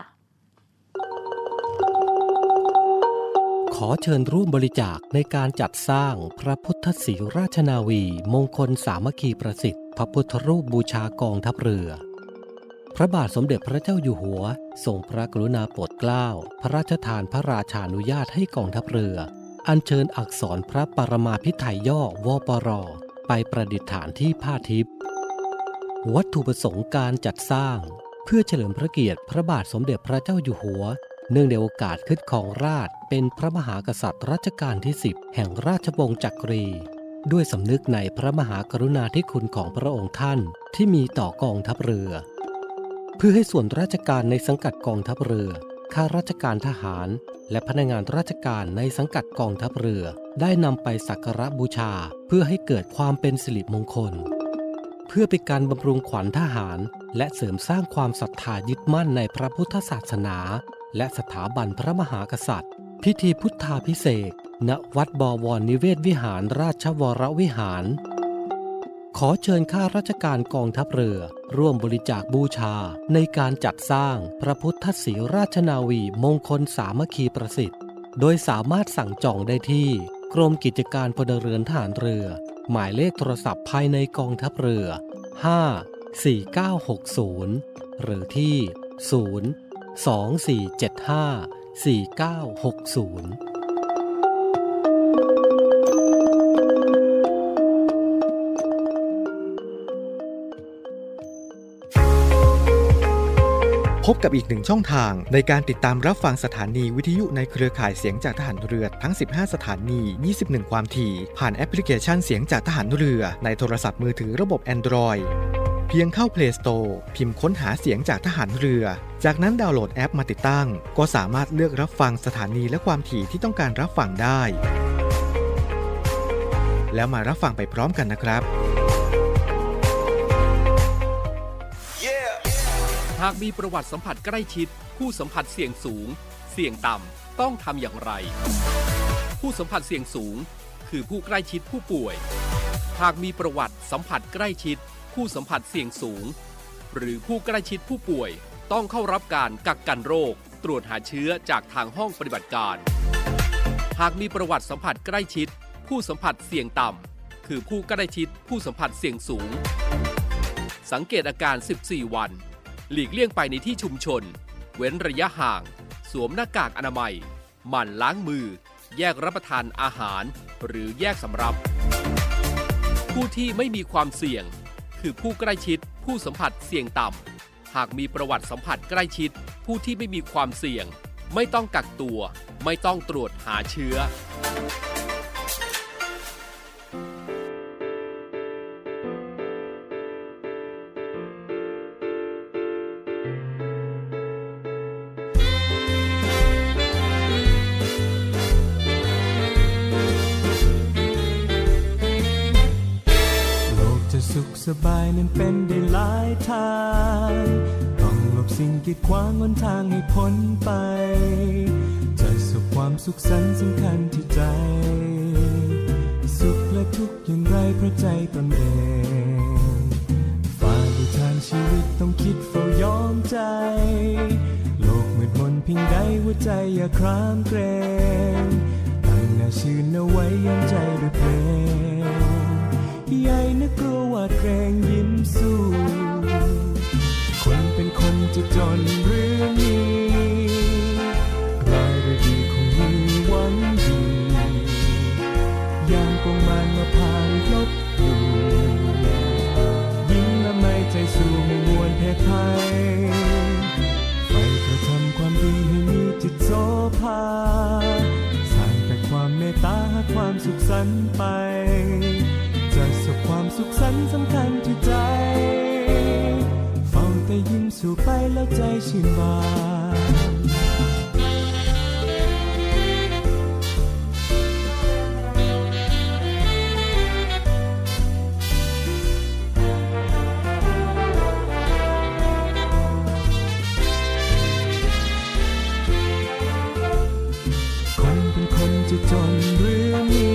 Speaker 5: ขอเชิญร่วมบริจาคในการจัดสร้างพระพุทธศรีราชนาวีมงคลสามัคคีประสิทธิ์พระพุทธรูปบูชากองทัพเรือพระบาทสมเด็จพระเจ้าอยู่หัวทรงพระกรุณาโปรดเกล้าพระราชทานพระราชานุญาตให้กองทัพเรืออัญเชิญอักษรพระปรมาภิไธยย่อวปรไปประดิษฐานที่ผ้าทิพย์วัตถุประสงค์การจัดสร้างเพื่อเฉลิมพระเกียรติพระบาทสมเด็จพระเจ้าอยู่หัวเนื่องในโอกาสขึ้นครองราชย์เป็นพระมหากษัตริย์รัชกาลที่สิบแห่งราชวงศ์จักรีด้วยสำนึกในพระมหากรุณาธิคุณของพระองค์ท่านที่มีต่อกองทัพเรือเพื่อให้ส่วนราชการในสังกัดกองทัพเรือข้าราชการทหารและพนักงานราชการในสังกัดกองทัพเรือได้นำไปสักการะบูชาเพื่อให้เกิดความเป็นสิริมงคลเพื่อเป็นการบำรุงขวัญทหารและเสริมสร้างความศรัทธายึดมั่นในพระพุทธศาสนาและสถาบันพระมหากษัตริย์พิธีพุทธาภิเษกณวัดบวรนิเวศวิหารราชวรวิหารขอเชิญข้าราชการกองทัพเรือร่วมบริจาคบูชาในการจัดสร้างพระพุทธศรีราชนาวีมงคลสามัคคีประสิทธิ์โดยสามารถสั่งจองได้ที่กรมกิจการพลเรือนทหารเรือหมายเลขโทรศัพท์ภายในกองทัพเรือห้า สี่ เก้า หก ศูนย์หรือที่ศูนย์ สอง สี่ เจ็ด ห้า สี่ เก้า หก ศูนย์
Speaker 4: พบกับอีกหนึ่งช่องทางในการติดตามรับฟังสถานีวิทยุในเครือข่ายเสียงจากทหารเรือทั้งสิบห้าสถานียี่สิบเอ็ดความถี่ผ่านแอปพลิเคชันเสียงจากทหารเรือในโทรศัพท์มือถือระบบ Android เพียงเข้า Play Store พิมพ์ค้นหาเสียงจากทหารเรือจากนั้นดาวน์โหลดแอปมาติดตั้งก็สามารถเลือกรับฟังสถานีและความถี่ที่ต้องการรับฟังได้แล้วมารับฟังไปพร้อมกันนะครับ
Speaker 1: หากมีประวัติสัมผัสใกล้ชิดผู้สัมผัสเสี่ยงสูงเสี่ยงต่ำต้องทำอย่างไรผู้สัมผัสเสี่ยงสูงคือผู้ใกล้ชิดผู้ป่วยหากมีประวัติสัมผัสใกล้ชิดผู้สัมผัสเสี่ยงสูงหรือผู้ใกล้ชิดผู้ป่วยต้องเข้ารับการกักกันโรคตรวจหาเชื้อจากทางห้องปฏิบัติการหากมีประวัติสัมผัสใกล้ชิดผู้สัมผัสเสี่ยงต่ำคือผู้ใกล้ชิดผู้สัมผัสเสี่ยงสูงสังเกตอาการสิบสี่วันหลีกเลี่ยงไปในที่ชุมชนเว้นระยะห่างสวมหน้ากากอนามัยหมั่นล้างมือแยกรับประทานอาหารหรือแยกสำรับผู้ที่ไม่มีความเสี่ยงคือผู้ใกล้ชิดผู้สัมผัสเสี่ยงต่ำหากมีประวัติสัมผัสใกล้ชิดผู้ที่ไม่มีความเสี่ยงไม่ต้องกักตัวไม่ต้องตรวจหาเชื้อ
Speaker 6: สุขสบายนั้นเป็นได้หลายทางต้องหลบสิ่งกีดขวางหนทางให้พ้นไปใจสุขความสุขสันต์สำคัญที่ใจสุขและทุกข์อย่างไรเพราะใจตนเองฝ่าด้วยทางชีวิตต้องคิดเฝ้ายอมใจโลกมืดมนเพียงใดหัวใจอย่าครามเกรงตั้งหน้าชื่นเอาไว้ย้ำใจด้วยเพลงใหญ่นึกกลัวว่าเกรงยิ้มสู้คนเป็นคนจะจนหรือมีรายได้ดีคงมีหวังดีอย่างกงมันมาผ่านลบอยู่ยิ้มและไม่ใจสู้ไม่มวนแพ้ภัยไปกระทำความดีให้มีจิตโสภาสร้างแต่ความเมตตาหาความสุขสันต์ไปจะสุขความสุขสันต์สำคัญที่ใจเฝ้าแต่ยิ้มสู่ไปแล้วใจชื่นบานคนเป็นคนจะจนหรือมี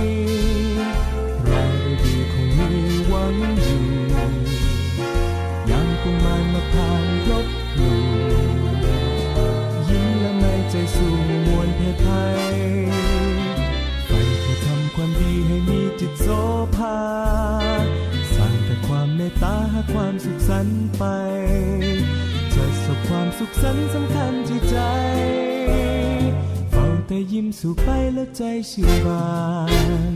Speaker 6: หวังอยู่ยังคงมันมาผ่านลบหลู่ยิ้มและไม่ใจสู้มวลเพภัยไปเพื่อทำความดีให้มีจิตโสภาสร้างแต่ความเมตตาหาความสุขสันต์ไปจะสุขความสุขสันต์สำคัญที่ใจเฝ้าแต่ยิ้มสู่ไปแล้วใจชื่นบาน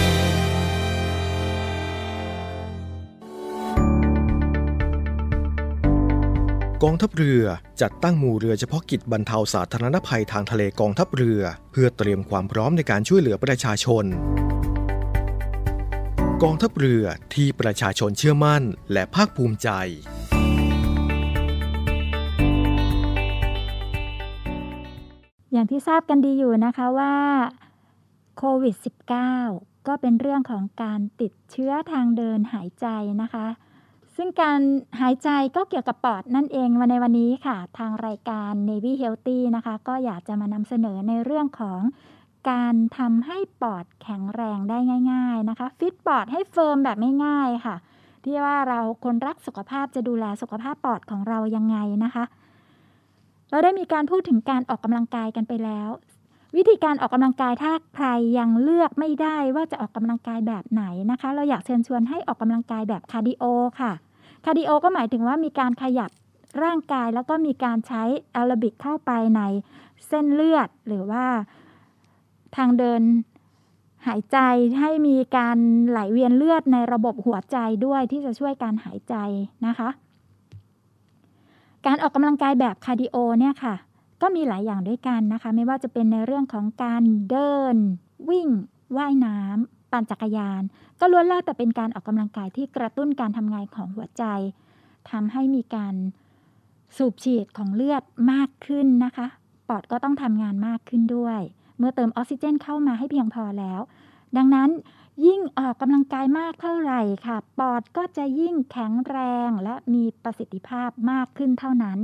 Speaker 4: กองทัพเรือจัดตั้งหมู่เรือเฉพาะกิจบรรเทาสาธารณภัยทางทะเลกองทัพเรือเพื่อเตรียมความพร้อมในการช่วยเหลือประชาชนกองทัพเรือที่ประชาชนเชื่อมั่นและภาคภูมิใจ
Speaker 2: อย่างที่ทราบกันดีอยู่นะคะว่าโควิด สิบเก้า ก็เป็นเรื่องของการติดเชื้อทางเดินหายใจนะคะซึ่งการหายใจก็เกี่ยวกับปอดนั่นเองวันในวันนี้ค่ะทางรายการ Navy Healthy นะคะก็อยากจะมานำเสนอในเรื่องของการทำให้ปอดแข็งแรงได้ง่ายๆนะคะฟิตปอดให้เฟิร์มแบบง่ายๆค่ะที่ว่าเราคนรักสุขภาพจะดูแลสุขภาพปอดของเรายังไงนะคะเราได้มีการพูดถึงการออกกำลังกายกันไปแล้ววิธีการออกกำลังกายถ้าใครยังเลือกไม่ได้ว่าจะออกกำลังกายแบบไหนนะคะเราอยากเชิญชวนให้ออกกำลังกายแบบคาร์ดิโอค่ะคาร์ดิโอก็หมายถึงว่ามีการขยับร่างกายแล้วก็มีการใช้แอโรบิกเข้าไปในเส้นเลือดหรือว่าทางเดินหายใจให้มีการไหลเวียนเลือดในระบบหัวใจด้วยที่จะช่วยการหายใจนะคะการออกกำลังกายแบบคาร์ดิโอเนี่ยค่ะก็มีหลายอย่างด้วยกันนะคะไม่ว่าจะเป็นในเรื่องของการเดินวิ่งว่ายน้ำปั่นจักรยานก็ล้วนแล้วแต่เป็นการออกกำลังกายที่กระตุ้นการทำงานของหัวใจทำให้มีการสูบฉีดของเลือดมากขึ้นนะคะปอดก็ต้องทำงานมากขึ้นด้วยเมื่อเติมออกซิเจนเข้ามาให้เพียงพอแล้วดังนั้นยิ่งออกกำลังกายมากเท่าไหร่ค่ะปอดก็จะยิ่งแข็งแรงและมีประสิทธิภาพมากขึ้นเท่านั้น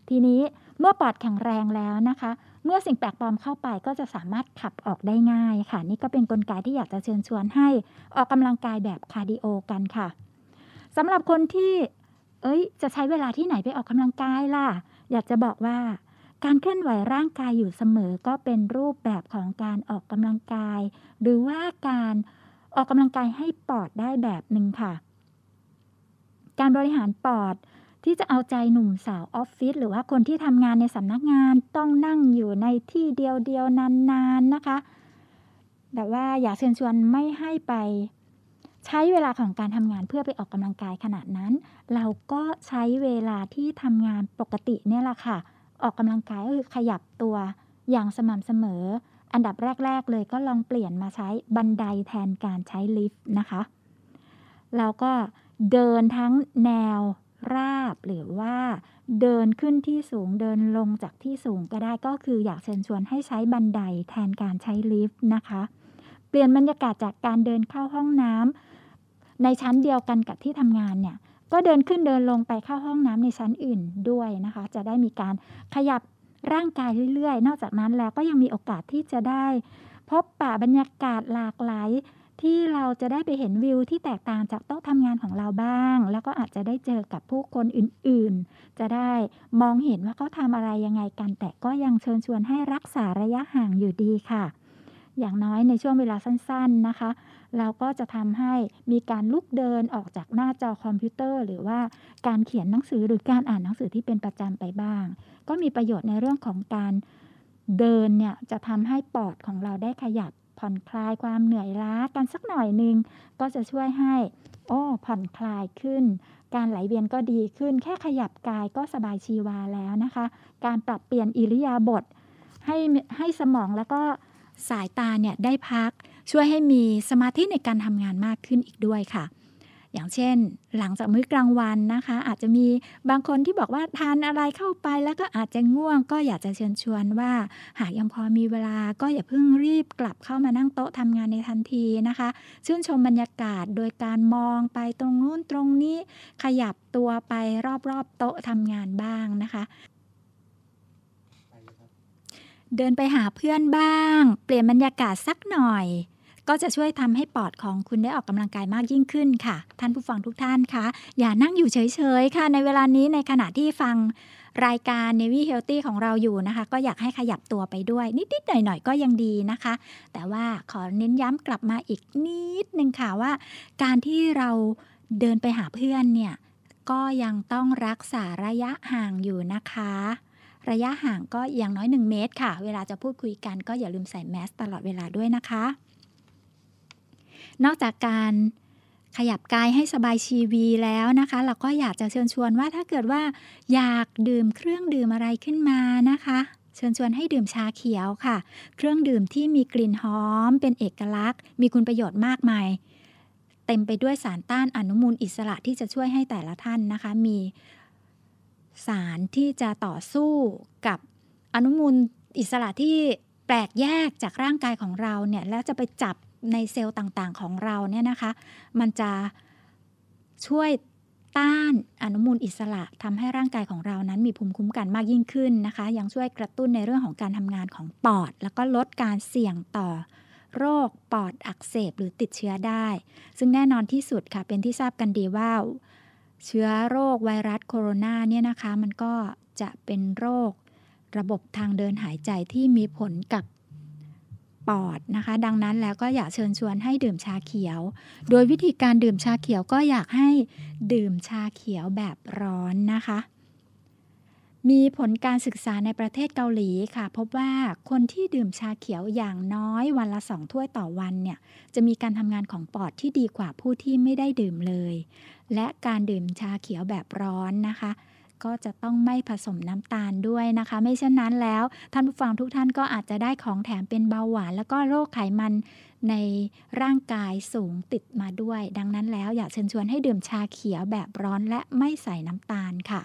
Speaker 2: ทีนี้เมื่อปอดแข็งแรงแล้วนะคะเมื่อสิ่งแปลกปลอมเข้าไปก็จะสามารถขับออกได้ง่ายค่ะนี่ก็เป็นกลไกที่อยากจะเชิญชวนให้ออกกำลังกายแบบคาร์ดิโอกันค่ะสำหรับคนที่เอ้ยจะใช้เวลาที่ไหนไปออกกำลังกายล่ะอยากจะบอกว่าการเคลื่อนไหวร่างกายอยู่เสมอก็เป็นรูปแบบของการออกกำลังกายหรือว่าการออกกำลังกายให้ปอดได้แบบหนึ่งค่ะการบริหารปอดที่จะเอาใจหนุ่มสาวออฟฟิศหรือว่าคนที่ทำงานในสำนักงานต้องนั่งอยู่ในที่เดียวๆนานๆ น, นะคะแต่ว่าอยากเชิญชวนไม่ให้ไปใช้เวลาของการทำงานเพื่อไปออกกำลังกายขนาดนั้นเราก็ใช้เวลาที่ทำงานปกติเนี่ยแหละค่ะออกกำลังกายก็คือขยับตัวอย่างสม่ำเสมออันดับแรกๆเลยก็ลองเปลี่ยนมาใช้บันไดแทนการใช้ลิฟต์นะคะแล้วก็เดินทั้งแนวราบหรือว่าเดินขึ้นที่สูงเดินลงจากที่สูงก็ได้ก็คืออยากเชิญชวนให้ใช้บันไดแทนการใช้ลิฟต์นะคะเปลี่ยนบรรยากาศจากการเดินเข้าห้องน้ำในชั้นเดียวกันกับที่ทำงานเนี่ยก็เดินขึ้นเดินลงไปเข้าห้องน้ำในชั้นอื่นด้วยนะคะจะได้มีการขยับร่างกายเรื่อยๆนอกจากนั้นแล้วก็ยังมีโอกาสที่จะได้พบปะบรรยากาศหลากหลายที่เราจะได้ไปเห็นวิวที่แตกต่างจากโต๊ะทำงานของเราบ้างแล้วก็อาจจะได้เจอกับผู้คนอื่นๆจะได้มองเห็นว่าเขาทำอะไรยังไงกันแต่ก็ยังเชิญชวนให้รักษาระยะห่างอยู่ดีค่ะอย่างน้อยในช่วงเวลาสั้นๆนะคะเราก็จะทำให้มีการลุกเดินออกจากหน้าจอคอมพิวเตอร์หรือว่าการเขียนหนังสือหรือการอ่านหนังสือที่เป็นประจำไปบ้างก็มีประโยชน์ในเรื่องของการเดินเนี่ยจะทำให้ปอดของเราได้ขยับผ่อนคลายความเหนื่อยล้ากันสักหน่อยนึงก็จะช่วยให้โอ้ผ่อนคลายขึ้นการไหลเวียนก็ดีขึ้นแค่ขยับกายก็สบายชีวาแล้วนะคะการปรับเปลี่ยนอิริยาบถให้ให้สมองแล้วก็สายตาเนี่ยได้พักช่วยให้มีสมาธิในการทำงานมากขึ้นอีกด้วยค่ะอย่างเช่นหลังจากมื้อกลางวันนะคะอาจจะมีบางคนที่บอกว่าทานอะไรเข้าไปแล้วก็อาจจะง่วงก็อยากจะเชิญชวนว่าหากยังพอมีเวลาก็อย่าเพิ่งรีบกลับเข้ามานั่งโต๊ะทำงานในทันทีนะคะชื่นชมบรรยากาศโดยการมองไปตรงนู้นตรงนี้ขยับตัวไปรอบๆโต๊ะทำงานบ้างนะคะเดินไปหาเพื่อนบ้างเปลี่ยนบรรยากาศสักหน่อยก็จะช่วยทำให้ปอดของคุณได้ออกกำลังกายมากยิ่งขึ้นค่ะท่านผู้ฟังทุกท่านคะอย่านั่งอยู่เฉยๆค่ะในเวลานี้ในขณะที่ฟังรายการ Navy Healthy ของเราอยู่นะคะก็อยากให้ขยับตัวไปด้วยนิดๆหน่อยๆก็ยังดีนะคะแต่ว่าขอเน้นย้ำกลับมาอีกนิดนึงค่ะว่าการที่เราเดินไปหาเพื่อนเนี่ยก็ยังต้องรักษาระยะห่างอยู่นะคะระยะห่างก็อย่างน้อยหนึ่งเมตรค่ะเวลาจะพูดคุยกันก็อย่าลืมใส่แมสตลอดเวลาด้วยนะคะนอกจากการขยับกายให้สบายชีวีแล้วนะคะเราก็อยากจะเชิญชวนว่าถ้าเกิดว่าอยากดื่มเครื่องดื่มอะไรขึ้นมานะคะเชิญชวนให้ดื่มชาเขียวค่ะเครื่องดื่มที่มีกลิ่นหอมเป็นเอกลักษณ์มีคุณประโยชน์มากมายเต็มไปด้วยสารต้านอนุมูลอิสระที่จะช่วยให้แต่ละท่านนะคะมีสารที่จะต่อสู้กับอนุมูลอิสระที่แปลกแยกจากร่างกายของเราเนี่ยแล้วจะไปจับในเซลล์ต่างๆของเราเนี่ยนะคะมันจะช่วยต้านอนุมูลอิสระทำให้ร่างกายของเรานั้นมีภูมิคุ้มกันมากยิ่งขึ้นนะคะยังช่วยกระตุ้นในเรื่องของการทำงานของปอดแล้วก็ลดการเสี่ยงต่อโรคปอดอักเสบหรือติดเชื้อได้ซึ่งแน่นอนที่สุดค่ะเป็นที่ทราบกันดีว่าเชื้อโรคไวรัสโคโรนาเนี่ยนะคะมันก็จะเป็นโรคระบบทางเดินหายใจที่มีผลกับปอดนะคะดังนั้นแล้วก็อยากเชิญชวนให้ดื่มชาเขียวโดยวิธีการดื่มชาเขียวก็อยากให้ดื่มชาเขียวแบบร้อนนะคะมีผลการศึกษาในประเทศเกาหลีค่ะพบว่าคนที่ดื่มชาเขียวอย่างน้อยวันละสองถ้วยต่อวันเนี่ยจะมีการทำงานของปอดที่ดีกว่าผู้ที่ไม่ได้ดื่มเลยและการดื่มชาเขียวแบบร้อนนะคะก็จะต้องไม่ผสมน้ำตาลด้วยนะคะไม่เช่นนั้นแล้วท่านผู้ฟังทุกท่านก็อาจจะได้ของแถมเป็นเบาหวานแล้วก็โรคไขมันในร่างกายสูงติดมาด้วยดังนั้นแล้วอยากเชิญชวนให้ดื่มชาเขียวแบบร้อนและไม่ใส่น้ำตาลค่ะ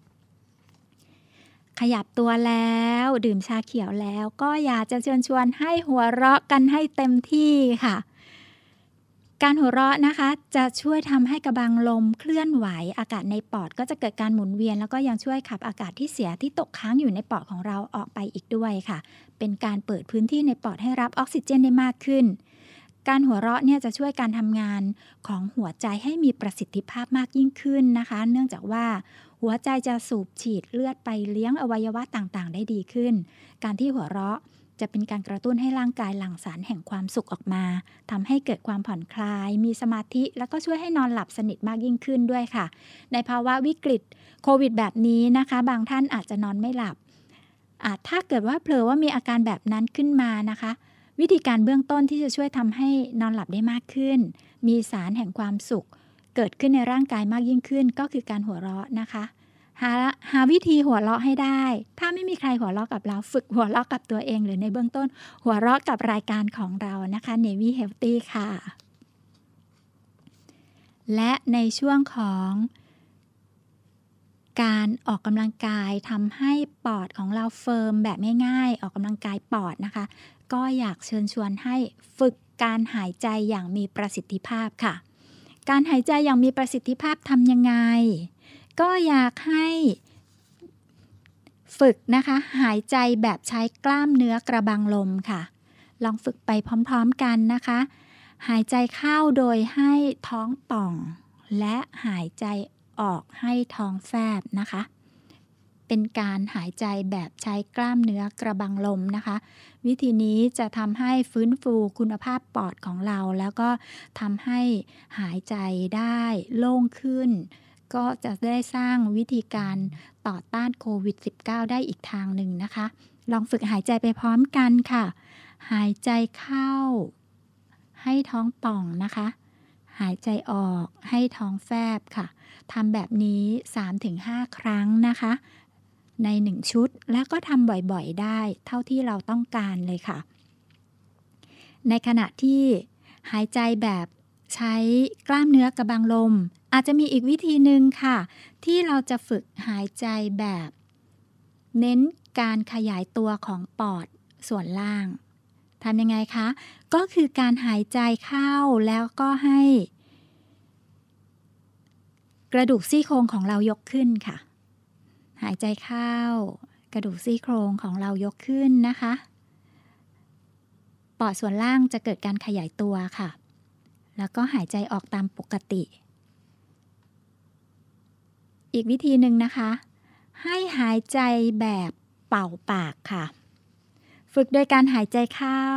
Speaker 2: ขยับตัวแล้วดื่มชาเขียวแล้วก็อยากจะเชิญชวนให้หัวเราะกันให้เต็มที่ค่ะการหัวเราะนะคะจะช่วยทำให้กระบังลมเคลื่อนไหวอากาศในปอดก็จะเกิดการหมุนเวียนแล้วก็ยังช่วยขับอากาศที่เสียที่ตกค้างอยู่ในปอดของเราออกไปอีกด้วยค่ะเป็นการเปิดพื้นที่ในปอดให้รับออกซิเจนได้มากขึ้นการหัวเราะเนี่ยจะช่วยการทำงานของหัวใจให้มีประสิทธิภาพมากยิ่งขึ้นนะคะเนื่องจากว่าหัวใจจะสูบฉีดเลือดไปเลี้ยงอวัยวะต่างๆได้ดีขึ้นการที่หัวเราะจะเป็นการกระตุ้นให้ร่างกายหลั่งสารแห่งความสุขออกมาทำให้เกิดความผ่อนคลายมีสมาธิแล้วก็ช่วยให้นอนหลับสนิทมากยิ่งขึ้นด้วยค่ะในภาวะวิกฤตโควิดแบบนี้นะคะบางท่านอาจจะนอนไม่หลับอาจถ้าเกิดว่าเผลอว่ามีอาการแบบนั้นขึ้นมานะคะวิธีการเบื้องต้นที่จะช่วยทำให้นอนหลับได้มากขึ้นมีสารแห่งความสุขเกิดขึ้นในร่างกายมากยิ่งขึ้นก็คือการหัวเราะนะคะหาหาวิธีหัวเราะให้ได้ถ้าไม่มีใครหัวเราะกับเราฝึกหัวเราะกับตัวเองหรือในเบื้องต้นหัวเราะกับรายการของเรานะคะ Navy Healthy ค่ะและในช่วงของการออกกำลังกายทำให้ปอดของเราเฟิร์มแบบง่ายๆออกกำลังกายปอดนะคะก็อยากเชิญชวนให้ฝึกการหายใจอย่างมีประสิทธิภาพค่ะการหายใจอย่างมีประสิทธิภาพทำยังไงก็อยากให้ฝึกนะคะหายใจแบบใช้กล้ามเนื้อกระบังลมค่ะลองฝึกไปพร้อมๆกันนะคะหายใจเข้าโดยให้ท้องป่องและหายใจออกให้ท้องแฟบนะคะเป็นการหายใจแบบใช้กล้ามเนื้อกระบังลมนะคะวิธีนี้จะทำให้ฟื้นฟูคุณภาพปอดของเราแล้วก็ทำให้หายใจได้โล่งขึ้นก็จะได้สร้างวิธีการต่อต้านโควิด สิบเก้า ได้อีกทางหนึ่งนะคะลองฝึกหายใจไปพร้อมกันค่ะหายใจเข้าให้ท้องป่องนะคะหายใจออกให้ท้องแฟบค่ะทำแบบนี้ สามถึงห้า ครั้งนะคะในหนึ่งชุดแล้วก็ทำบ่อยๆได้เท่าที่เราต้องการเลยค่ะในขณะที่หายใจแบบใช้กล้ามเนื้อกระบังลมอาจจะมีอีกวิธีหนึ่งค่ะที่เราจะฝึกหายใจแบบเน้นการขยายตัวของปอดส่วนล่างทำยังไงคะก็คือการหายใจเข้าแล้วก็ให้กระดูกซี่โครงของเรายกขึ้นค่ะหายใจเข้ากระดูกซี่โครงของเรายกขึ้นนะคะปอดส่วนล่างจะเกิดการขยายตัวค่ะแล้วก็หายใจออกตามปกติอีกวิธีหนึ่งนะคะให้หายใจแบบเป่าปากค่ะฝึกโดยการหายใจเข้า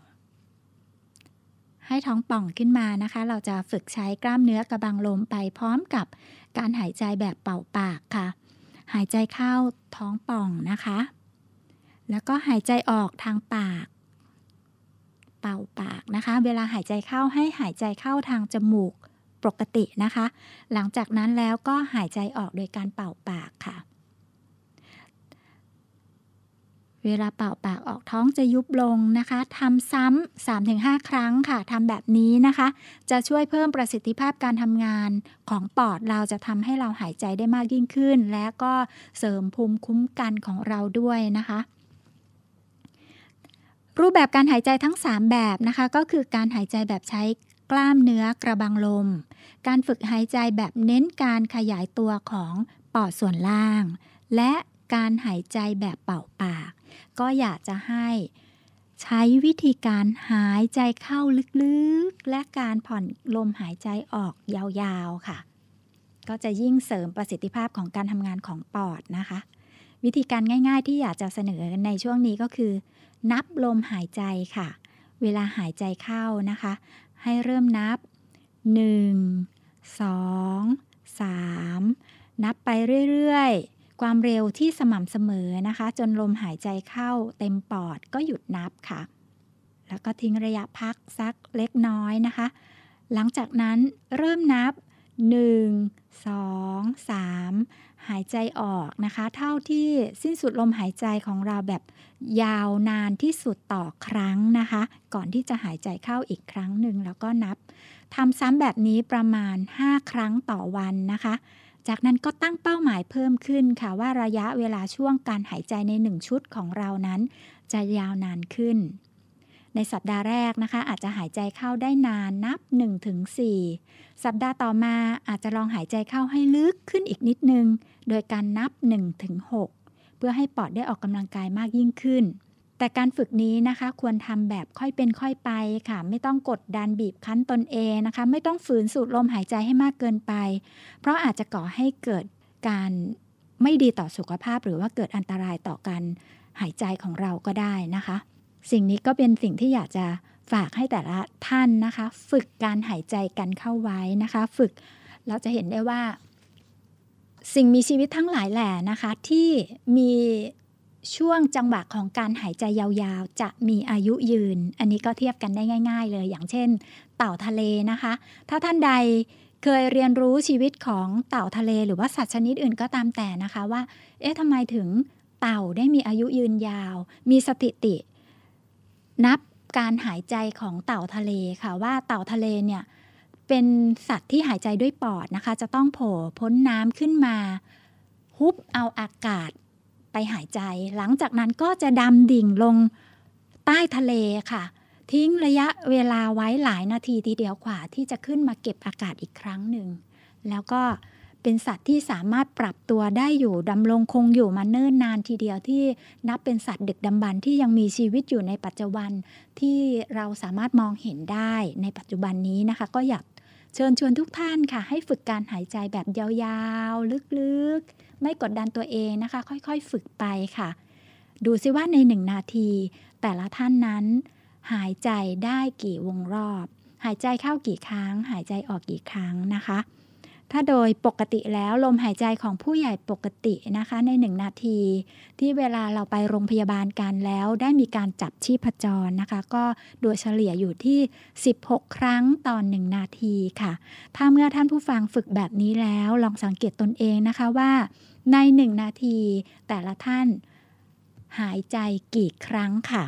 Speaker 2: ให้ท้องป่องขึ้นมานะคะเราจะฝึกใช้กล้ามเนื้อกระบังลมไปพร้อมกับการหายใจแบบเป่าปากค่ะหายใจเข้าท้องป่องนะคะแล้วก็หายใจออกทางปากเป่าปากนะคะเวลาหายใจเข้าให้หายใจเข้าทางจมูกปกตินะคะหลังจากนั้นแล้วก็หายใจออกโดยการเป่าปากค่ะเวลาเป่าปากออกท้องจะยุบลงนะคะทำซ้ำ สามถึงห้า ครั้งค่ะทำแบบนี้นะคะจะช่วยเพิ่มประสิทธิภาพการทำงานของปอดเราจะทำให้เราหายใจได้มากยิ่งขึ้นและก็เสริมภูมิคุ้มกันของเราด้วยนะคะรูปแบบการหายใจทั้งสามแบบนะคะก็คือการหายใจแบบใช้กล้ามเนื้อกระบังลมการฝึกหายใจแบบเน้นการขยายตัวของปอดส่วนล่างและการหายใจแบบเป่าปากก็อยากจะให้ใช้วิธีการหายใจเข้าลึกๆและการผ่อนลมหายใจออกยาวๆค่ะก็จะยิ่งเสริมประสิทธิภาพของการทำงานของปอดนะคะวิธีการง่ายๆที่อยากจะเสนอในช่วงนี้ก็คือนับลมหายใจค่ะเวลาหายใจเข้านะคะให้เริ่มนับหนึ่ง สอง สามนับไปเรื่อยๆความเร็วที่สม่ำเสมอนะคะจนลมหายใจเข้าเต็มปอดก็หยุดนับค่ะแล้วก็ทิ้งระยะพักสักเล็กน้อยนะคะหลังจากนั้นเริ่มนับหนึ่ง สอง สามหายใจออกนะคะเท่าที่สิ้นสุดลมหายใจของเราแบบยาวนานที่สุดต่อครั้งนะคะก่อนที่จะหายใจเข้าอีกครั้งหนึ่งแล้วก็นับทำซ้ำแบบนี้ประมาณห้าครั้งต่อวันนะคะจากนั้นก็ตั้งเป้าหมายเพิ่มขึ้นค่ะว่าระยะเวลาช่วงการหายใจในหนึ่งชุดของเรานั้นจะยาวนานขึ้นในสัปดาห์แรกนะคะอาจจะหายใจเข้าได้นานนับ หนึ่งถึงสี่ สัปดาห์ต่อมาอาจจะลองหายใจเข้าให้ลึกขึ้นอีกนิดนึงโดยการนับ หนึ่งถึงหก เพื่อให้ปอดได้ออกกำลังกายมากยิ่งขึ้นแต่การฝึกนี้นะคะควรทำแบบค่อยเป็นค่อยไปค่ะไม่ต้องกดดันบีบคั้นตนเองนะคะไม่ต้องฝืนสูดลมหายใจให้มากเกินไปเพราะอาจจะก่อให้เกิดการไม่ดีต่อสุขภาพหรือว่าเกิดอันตรายต่อการหายใจของเราก็ได้นะคะสิ่งนี้ก็เป็นสิ่งที่อยากจะฝากให้แต่ละท่านนะคะฝึกการหายใจกันเข้าไว้นะคะฝึกเราจะเห็นได้ว่าสิ่งมีชีวิตทั้งหลายแหล่นะคะที่มีช่วงจังหวะของการหายใจยาวๆจะมีอายุยืนอันนี้ก็เทียบกันได้ง่ายๆเลยอย่างเช่นเต่าทะเลนะคะถ้าท่านใดเคยเรียนรู้ชีวิตของเต่าทะเลหรือว่าสัตว์ชนิดอื่นก็ตามแต่นะคะว่าเอ๊ะทำไมถึงเต่าได้มีอายุยืนยาวมีสถิตินับการหายใจของเต่าทะเลค่ะว่าเต่าทะเลเนี่ยเป็นสัตว์ที่หายใจด้วยปอดนะคะจะต้องโผล่พ้นน้ำขึ้นมาฮุบเอาอากาศไปหายใจหลังจากนั้นก็จะดำดิ่งลงใต้ทะเลค่ะทิ้งระยะเวลาไว้หลายนาทีทีเดียวกว่าที่จะขึ้นมาเก็บอากาศอีกครั้งหนึ่งแล้วก็เป็นสัตว์ที่สามารถปรับตัวได้อยู่ดำรงคงอยู่มาเนิ่นนานทีเดียวที่นับเป็นสัตว์ดึกดำบรรพ์ที่ยังมีชีวิตอยู่ในปัจจุบันที่เราสามารถมองเห็นได้ในปัจจุบันนี้นะคะก็อยากเชิญชวนทุกท่านค่ะให้ฝึกการหายใจแบบยาวๆลึกๆไม่กดดันตัวเองนะคะค่อยๆฝึกไปค่ะดูซิว่าในหนึ่งนาทีแต่ละท่านนั้นหายใจได้กี่วงรอบหายใจเข้ากี่ครั้งหายใจออกกี่ครั้งนะคะถ้าโดยปกติแล้วลมหายใจของผู้ใหญ่ปกตินะคะในหนึ่งนาทีที่เวลาเราไปโรงพยาบาลกันแล้วได้มีการจับชีพจรนะคะก็โดยเฉลี่ยอยู่ที่สิบหกครั้งต่อหนึ่งนาทีค่ะถ้าเมื่อท่านผู้ฟังฝึกแบบนี้แล้วลองสังเกตตนเองนะคะว่าในหนึ่งนาทีแต่ละท่านหายใจกี่ครั้งค่ะ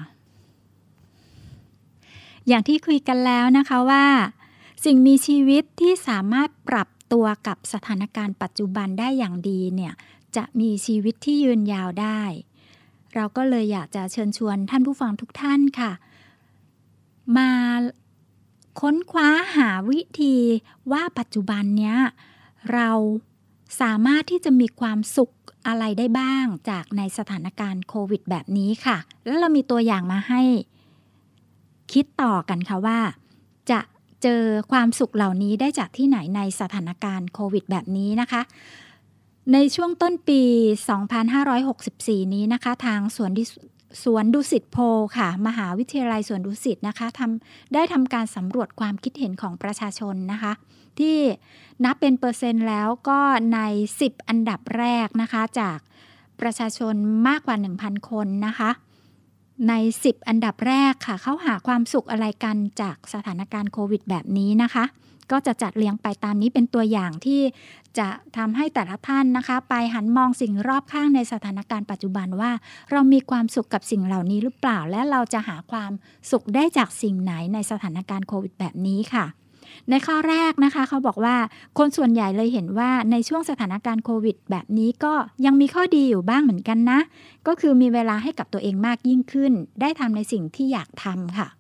Speaker 2: อย่างที่คุยกันแล้วนะคะว่าสิ่งมีชีวิตที่สามารถปรับตัวกับสถานการณ์ปัจจุบันได้อย่างดีเนี่ยจะมีชีวิตที่ยืนยาวได้เราก็เลยอยากจะเชิญชวนท่านผู้ฟังทุกท่านค่ะมาค้นคว้าหาวิธีว่าปัจจุบันเนี้ยเราสามารถที่จะมีความสุขอะไรได้บ้างจากในสถานการณ์โควิดแบบนี้ค่ะแล้วเรามีตัวอย่างมาให้คิดต่อกันค่ะว่าจะเจอความสุขเหล่านี้ได้จากที่ไหนในสถานการณ์โควิดแบบนี้นะคะในช่วงต้นปีสองพันห้าร้อยหกสิบสี่นี้นะคะทางสวนสวนดุสิตโพลค่ะมหาวิทยาลัยสวนดุสิตนะคะทำได้ทำการสำรวจความคิดเห็นของประชาชนนะคะที่นับเป็นเปอร์เซ็นต์แล้วก็ในสิบอันดับแรกนะคะจากประชาชนมากกว่า หนึ่งพัน คนนะคะในสิบอันดับแรกค่ะเขาหาความสุขอะไรกันจากสถานการณ์โควิดแบบนี้นะคะก็จะจัดเรียงไปตามนี้เป็นตัวอย่างที่จะทำให้แต่ละท่านนะคะไปหันมองสิ่งรอบข้างในสถานการณ์ปัจจุบันว่าเรามีความสุขกับสิ่งเหล่านี้หรือเปล่าและเราจะหาความสุขได้จากสิ่งไหนในสถานการณ์โควิดแบบนี้ค่ะในข้อแรกนะคะเขาบอกว่าคนส่วนใหญ่เลยเห็นว่าในช่วงสถานการณ์โควิดแบบนี้ก็ยังมีข้อดีอยู่บ้างเหมือนกันนะก็คือมีเวลาให้กับตัวเองมากยิ่งขึ้นได้ทำในสิ่งที่อยากทำค่ะ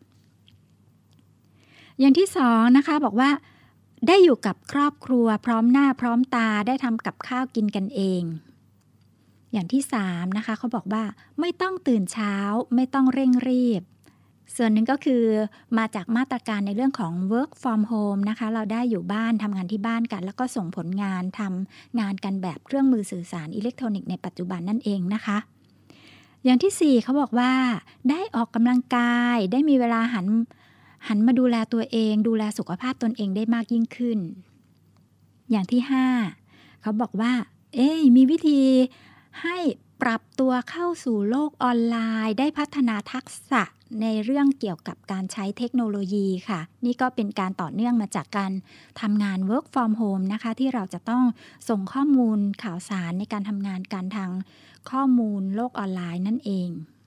Speaker 2: อย่างที่สองนะคะบอกว่าได้อยู่กับครอบครัวพร้อมหน้าพร้อมตาได้ทำกับข้าวกินกันเองอย่างที่สามนะคะเขาบอกว่าไม่ต้องตื่นเช้าไม่ต้องเร่งรีบส่วนหนึ่งก็คือมาจากมาตรการในเรื่องของ work from home นะคะเราได้อยู่บ้านทำงานที่บ้านกันแล้วก็ส่งผลงานทำงานกันแบบเครื่องมือสื่อสารอิเล็กทรอนิกส์ในปัจจุบันนั่นเองนะคะอย่างที่สี่เขาบอกว่าได้ออกกำลังกายได้มีเวลาหันหันมาดูแลตัวเองดูแลสุขภาพตนเองได้มากยิ่งขึ้นอย่างที่ห้าเขาบอกว่าเอ๊ะมีวิธีให้ปรับตัวเข้าสู่โลกออนไลน์ได้พัฒนาทักษะในเรื่องเกี่ยวกับการใช้เทคโนโลยีค่ะนี่ก็เป็นการต่อเนื่องมาจากการทำงาน work from home นะคะที่เราจะต้องส่งข้อมูลข่าวสารในการทำงานการทางข้อมูลโลกออนไลน์นั่นเอง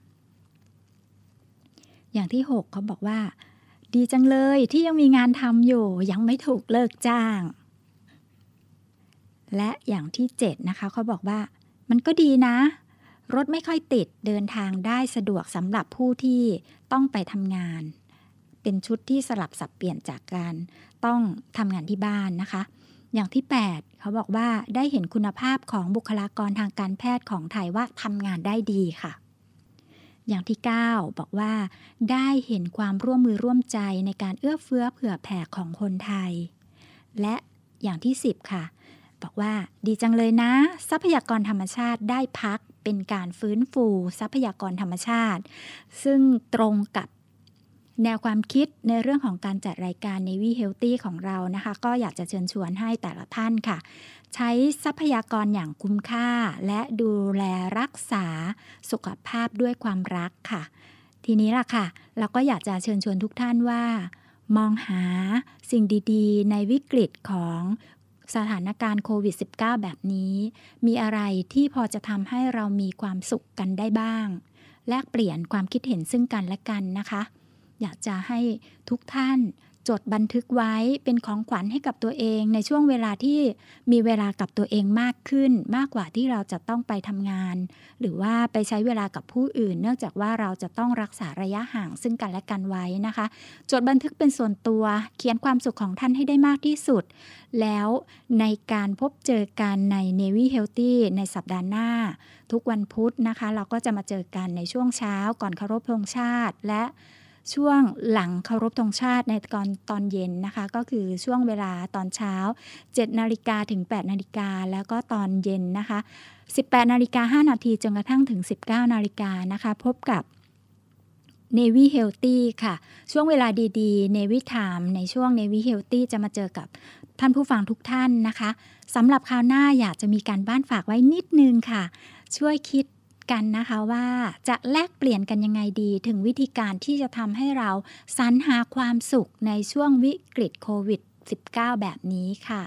Speaker 2: อย่างที่หกเขาบอกว่าดีจังเลยที่ยังมีงานทำอยู่ยังไม่ถูกเลิกจ้างและอย่างที่เจ็ดนะคะเขาบอกว่ามันก็ดีนะรถไม่ค่อยติดเดินทางได้สะดวกสำหรับผู้ที่ต้องไปทำงานเป็นชุดที่สลับสับเปลี่ยนจากการต้องทำงานที่บ้านนะคะอย่างที่แปดเขาบอกว่าได้เห็นคุณภาพของบุคลากรทางการแพทย์ของไทยว่าทำงานได้ดีค่ะอย่างที่เก้าบอกว่าได้เห็นความร่วมมือร่วมใจในการเอื้อเฟื้อเผื่อแผ่ของคนไทยและอย่างที่สิบค่ะบอกว่าดีจังเลยนะทรัพยากรธรรมชาติได้พักเป็นการฟื้นฟูทรัพยากรธรรมชาติซึ่งตรงกับแนวความคิดในเรื่องของการจัดรายการ Navy Healthy ของเรานะคะก็อยากจะเชิญชวนให้แต่ละท่านค่ะใช้ทรัพยากรอย่างคุ้มค่าและดูแลรักษาสุขภาพด้วยความรักค่ะทีนี้ล่ะค่ะเราก็อยากจะเชิญชวนทุกท่านว่ามองหาสิ่งดีๆในวิกฤตของสถานการณ์โควิด สิบเก้า แบบนี้มีอะไรที่พอจะทำให้เรามีความสุขกันได้บ้างแลกเปลี่ยนความคิดเห็นซึ่งกันและกันนะคะอยากจะให้ทุกท่านจดบันทึกไว้เป็นของขวัญให้กับตัวเองในช่วงเวลาที่มีเวลากับตัวเองมากขึ้นมากกว่าที่เราจะต้องไปทำงานหรือว่าไปใช้เวลากับผู้อื่นเนื่องจากว่าเราจะต้องรักษาระยะห่างซึ่งกันและกันไว้นะคะจดบันทึกเป็นส่วนตัวเขียนความสุขของท่านให้ได้มากที่สุดแล้วในการพบเจอกันใน Navy Healthy ในสัปดาห์หน้าทุกวันพุธนะคะเราก็จะมาเจอกันในช่วงเช้าก่อนเคารพธงชาติและช่วงหลังเคารพธงชาติในตอนตอนเย็นนะคะก็คือช่วงเวลาตอนเช้า เจ็ดนาฬิกาถึง แปดนาฬิกาแล้วก็ตอนเย็นนะคะ สิบแปดนาฬิกาห้านาทีจนกระทั่งถึง สิบเก้านาฬิกานะคะพบกับ Navy Healthy ค่ะช่วงเวลาดีๆ Navy Time ในช่วง Navy Healthy จะมาเจอกับท่านผู้ฟังทุกท่านนะคะสำหรับคราวหน้าอยากจะมีการบ้านฝากไว้นิดนึงค่ะช่วยคิดกันนะคะว่าจะแลกเปลี่ยนกันยังไงดีถึงวิธีการที่จะทำให้เราสรรหาความสุขในช่วงวิกฤตโควิด สิบเก้า แบบนี้ค่ะ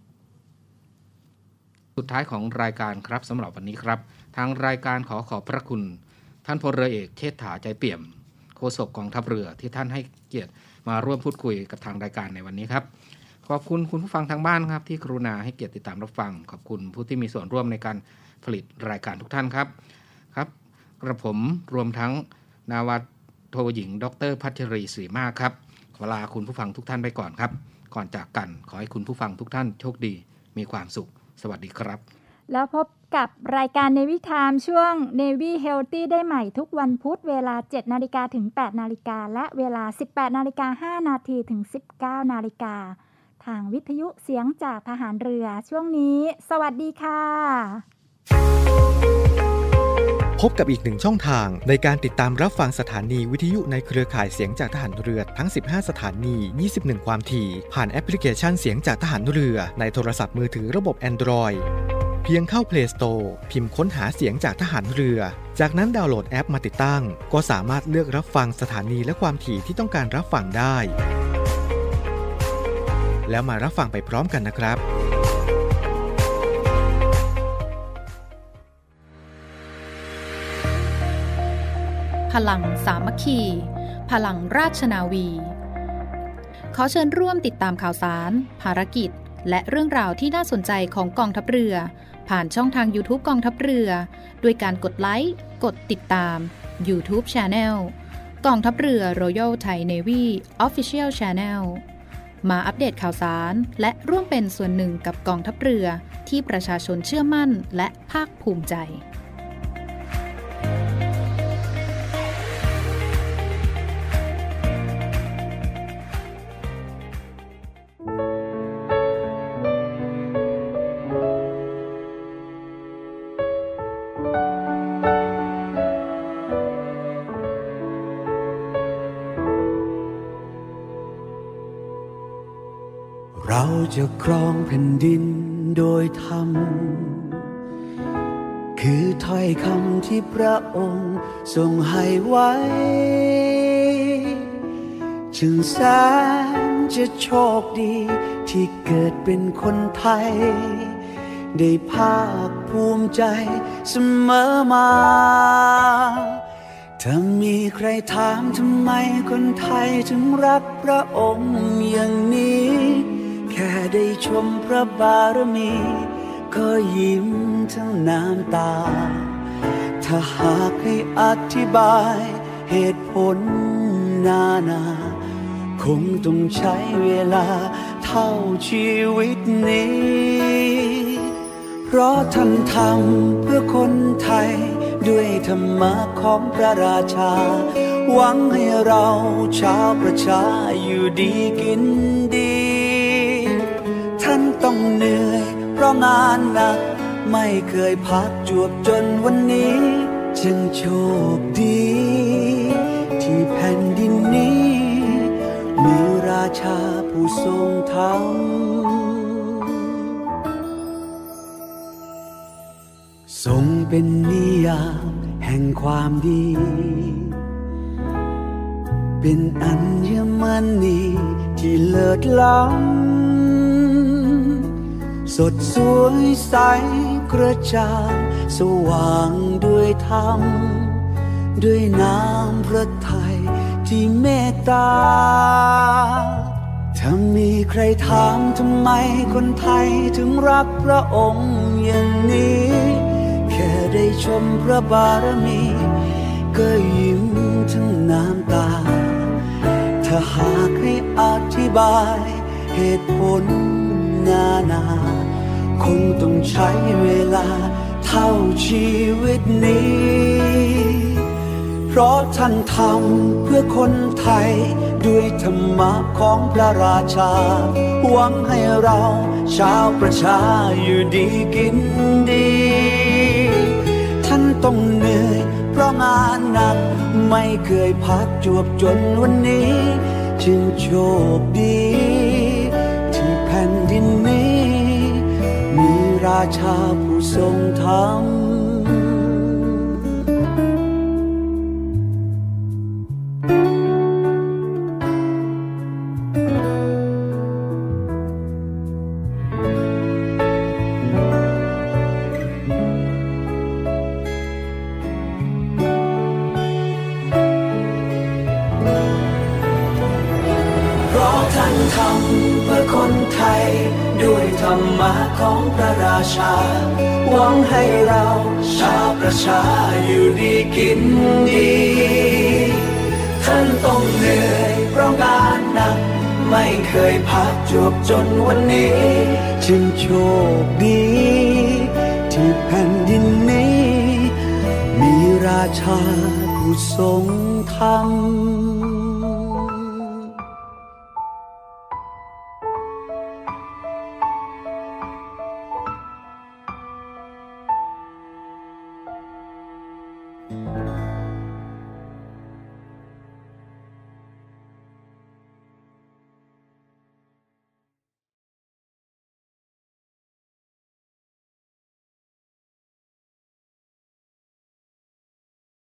Speaker 3: สุดท้ายของรายการครับสำหรับวันนี้ครับทางรายการขอขอบพระคุณท่านพลเรือเอกเชษฐาใจเปี่ยมโฆษกกองทัพเรือที่ท่านให้เกียรติมาร่วมพูดคุยกับทางรายการในวันนี้ครับขอบคุณคุณผู้ฟังทางบ้านครับที่กรุณาให้เกียรติติดตามรับฟังขอบคุณผู้ที่มีส่วนร่วมในการผลิตรายการทุกท่านครับครับกระผมรวมทั้งนาวาโทหญิงดร.พัชรีศรีมากครับขอลาคุณผู้ฟังทุกท่านไปก่อนครับก่อนจากกันขอให้คุณผู้ฟังทุกท่านโชคดีมีความสุขสวัสดีครับ
Speaker 2: แล้วพบกับรายการ Navy Time ช่วง Navy Healthy ได้ใหม่ทุกวันพุธเวลา เจ็ดนาฬิกาถึง แปดนาฬิกาและเวลา สิบแปดนาฬิกาห้านาทีถึง สิบเก้านาฬิกาทางวิทยุเสียงจากทหารเรือช่วงนี้สวัสดีค่ะ
Speaker 4: พบกับอีกหนึ่งช่องทางในการติดตามรับฟังสถานีวิทยุในเครือข่ายเสียงจากทหารเรือทั้งสิบห้าสถานี ยี่สิบเอ็ด ความถี่ผ่านแอปพลิเคชันเสียงจากทหารเรือในโทรศัพท์มือถือระบบ Android เพียงเข้า Play Store พิมพ์ค้นหาเสียงจากทหารเรือจากนั้นดาวน์โหลดแอปมาติดตั้งก็สามารถเลือกรับฟังสถานีและความถี่ที่ต้องการรับฟังได้แล้วมารับฟังไปพร้อมกันนะครับ
Speaker 8: พลังสามัคคีพลังราชนาวีขอเชิญร่วมติดตามข่าวสารภารกิจและเรื่องราวที่น่าสนใจของกองทัพเรือผ่านช่องทาง YouTube กองทัพเรือด้วยการกดไลค์กดติดตาม YouTube Channel กองทัพเรือ Royal Thai Navy Official Channel มาอัปเดตข่าวสารและร่วมเป็นส่วนหนึ่งกับกองทัพเรือที่ประชาชนเชื่อมั่นและภาคภูมิใจ
Speaker 6: เราจะครองแผ่นดินโดยธรรมคือถ้อยคำที่พระองค์ทรงให้ไว้จึงแสนจะโชคดีที่เกิดเป็นคนไทยได้ภาคภูมิใจเสมอมาถ้ามีใครถามทำไมคนไทยถึงรักพระองค์อย่างนี้แค่ได้ชมพระบารมีก็ยิ้มทั้งน้ำตาถ้าถ้าหากให้อธิบายเหตุผลนานาคงต้องใช้เวลาเท่าชีวิตนี้เพราะท่านทำเพื่อคนไทยด้วยธรรมะของพระราชาหวังให้เราชาวประชาอยู่ดีกินดีท่านต้องเหนื่อยเพราะงานหนักไม่เคยพักจวบจนวันนี้จึงโชคดีที่แผ่นดินนี้มีราชาผู้ทรงธรรมทรงเป็นนิยามแห่งความดีเป็นอัญมณีที่เลิศล้ำสดสวยใสกระจ่างสว่างด้วยธรรมด้วยน้ำพระทัยที่เมตตาถ้ามีใครถามทำไมคนไทยถึงรักพระองค์อย่างนี้แค่ได้ชมพระบารมีก็ยิ้มทั้งน้ำตาถ้าหากให้อธิบายเหตุผลนานาคงต้องใช้เวลาเท่าชีวิตนี้เพราะท่านทำเพื่อคนไทยด้วยธรรมะของพระราชาหวังให้เราชาวประชาอยู่ดีกินดีท่านต้องเหนื่อยเพราะงานหนักไม่เคยพักจวบจนวันนี้จึงโชคดีที่แผ่นดินนี้มีราชาผู้ทรงธรรมทำเพื่อคนไทยด้วยธรรมะของพระราชาหวังให้เราชาวประชาอยู่ดีกินดีท่านต้องเหนื่อยเพราะงานหนักไม่เคยพักจวบจนวันนี้จึงโชคดีที่แผ่นดินนี้มีราชาผู้ทรงธรรม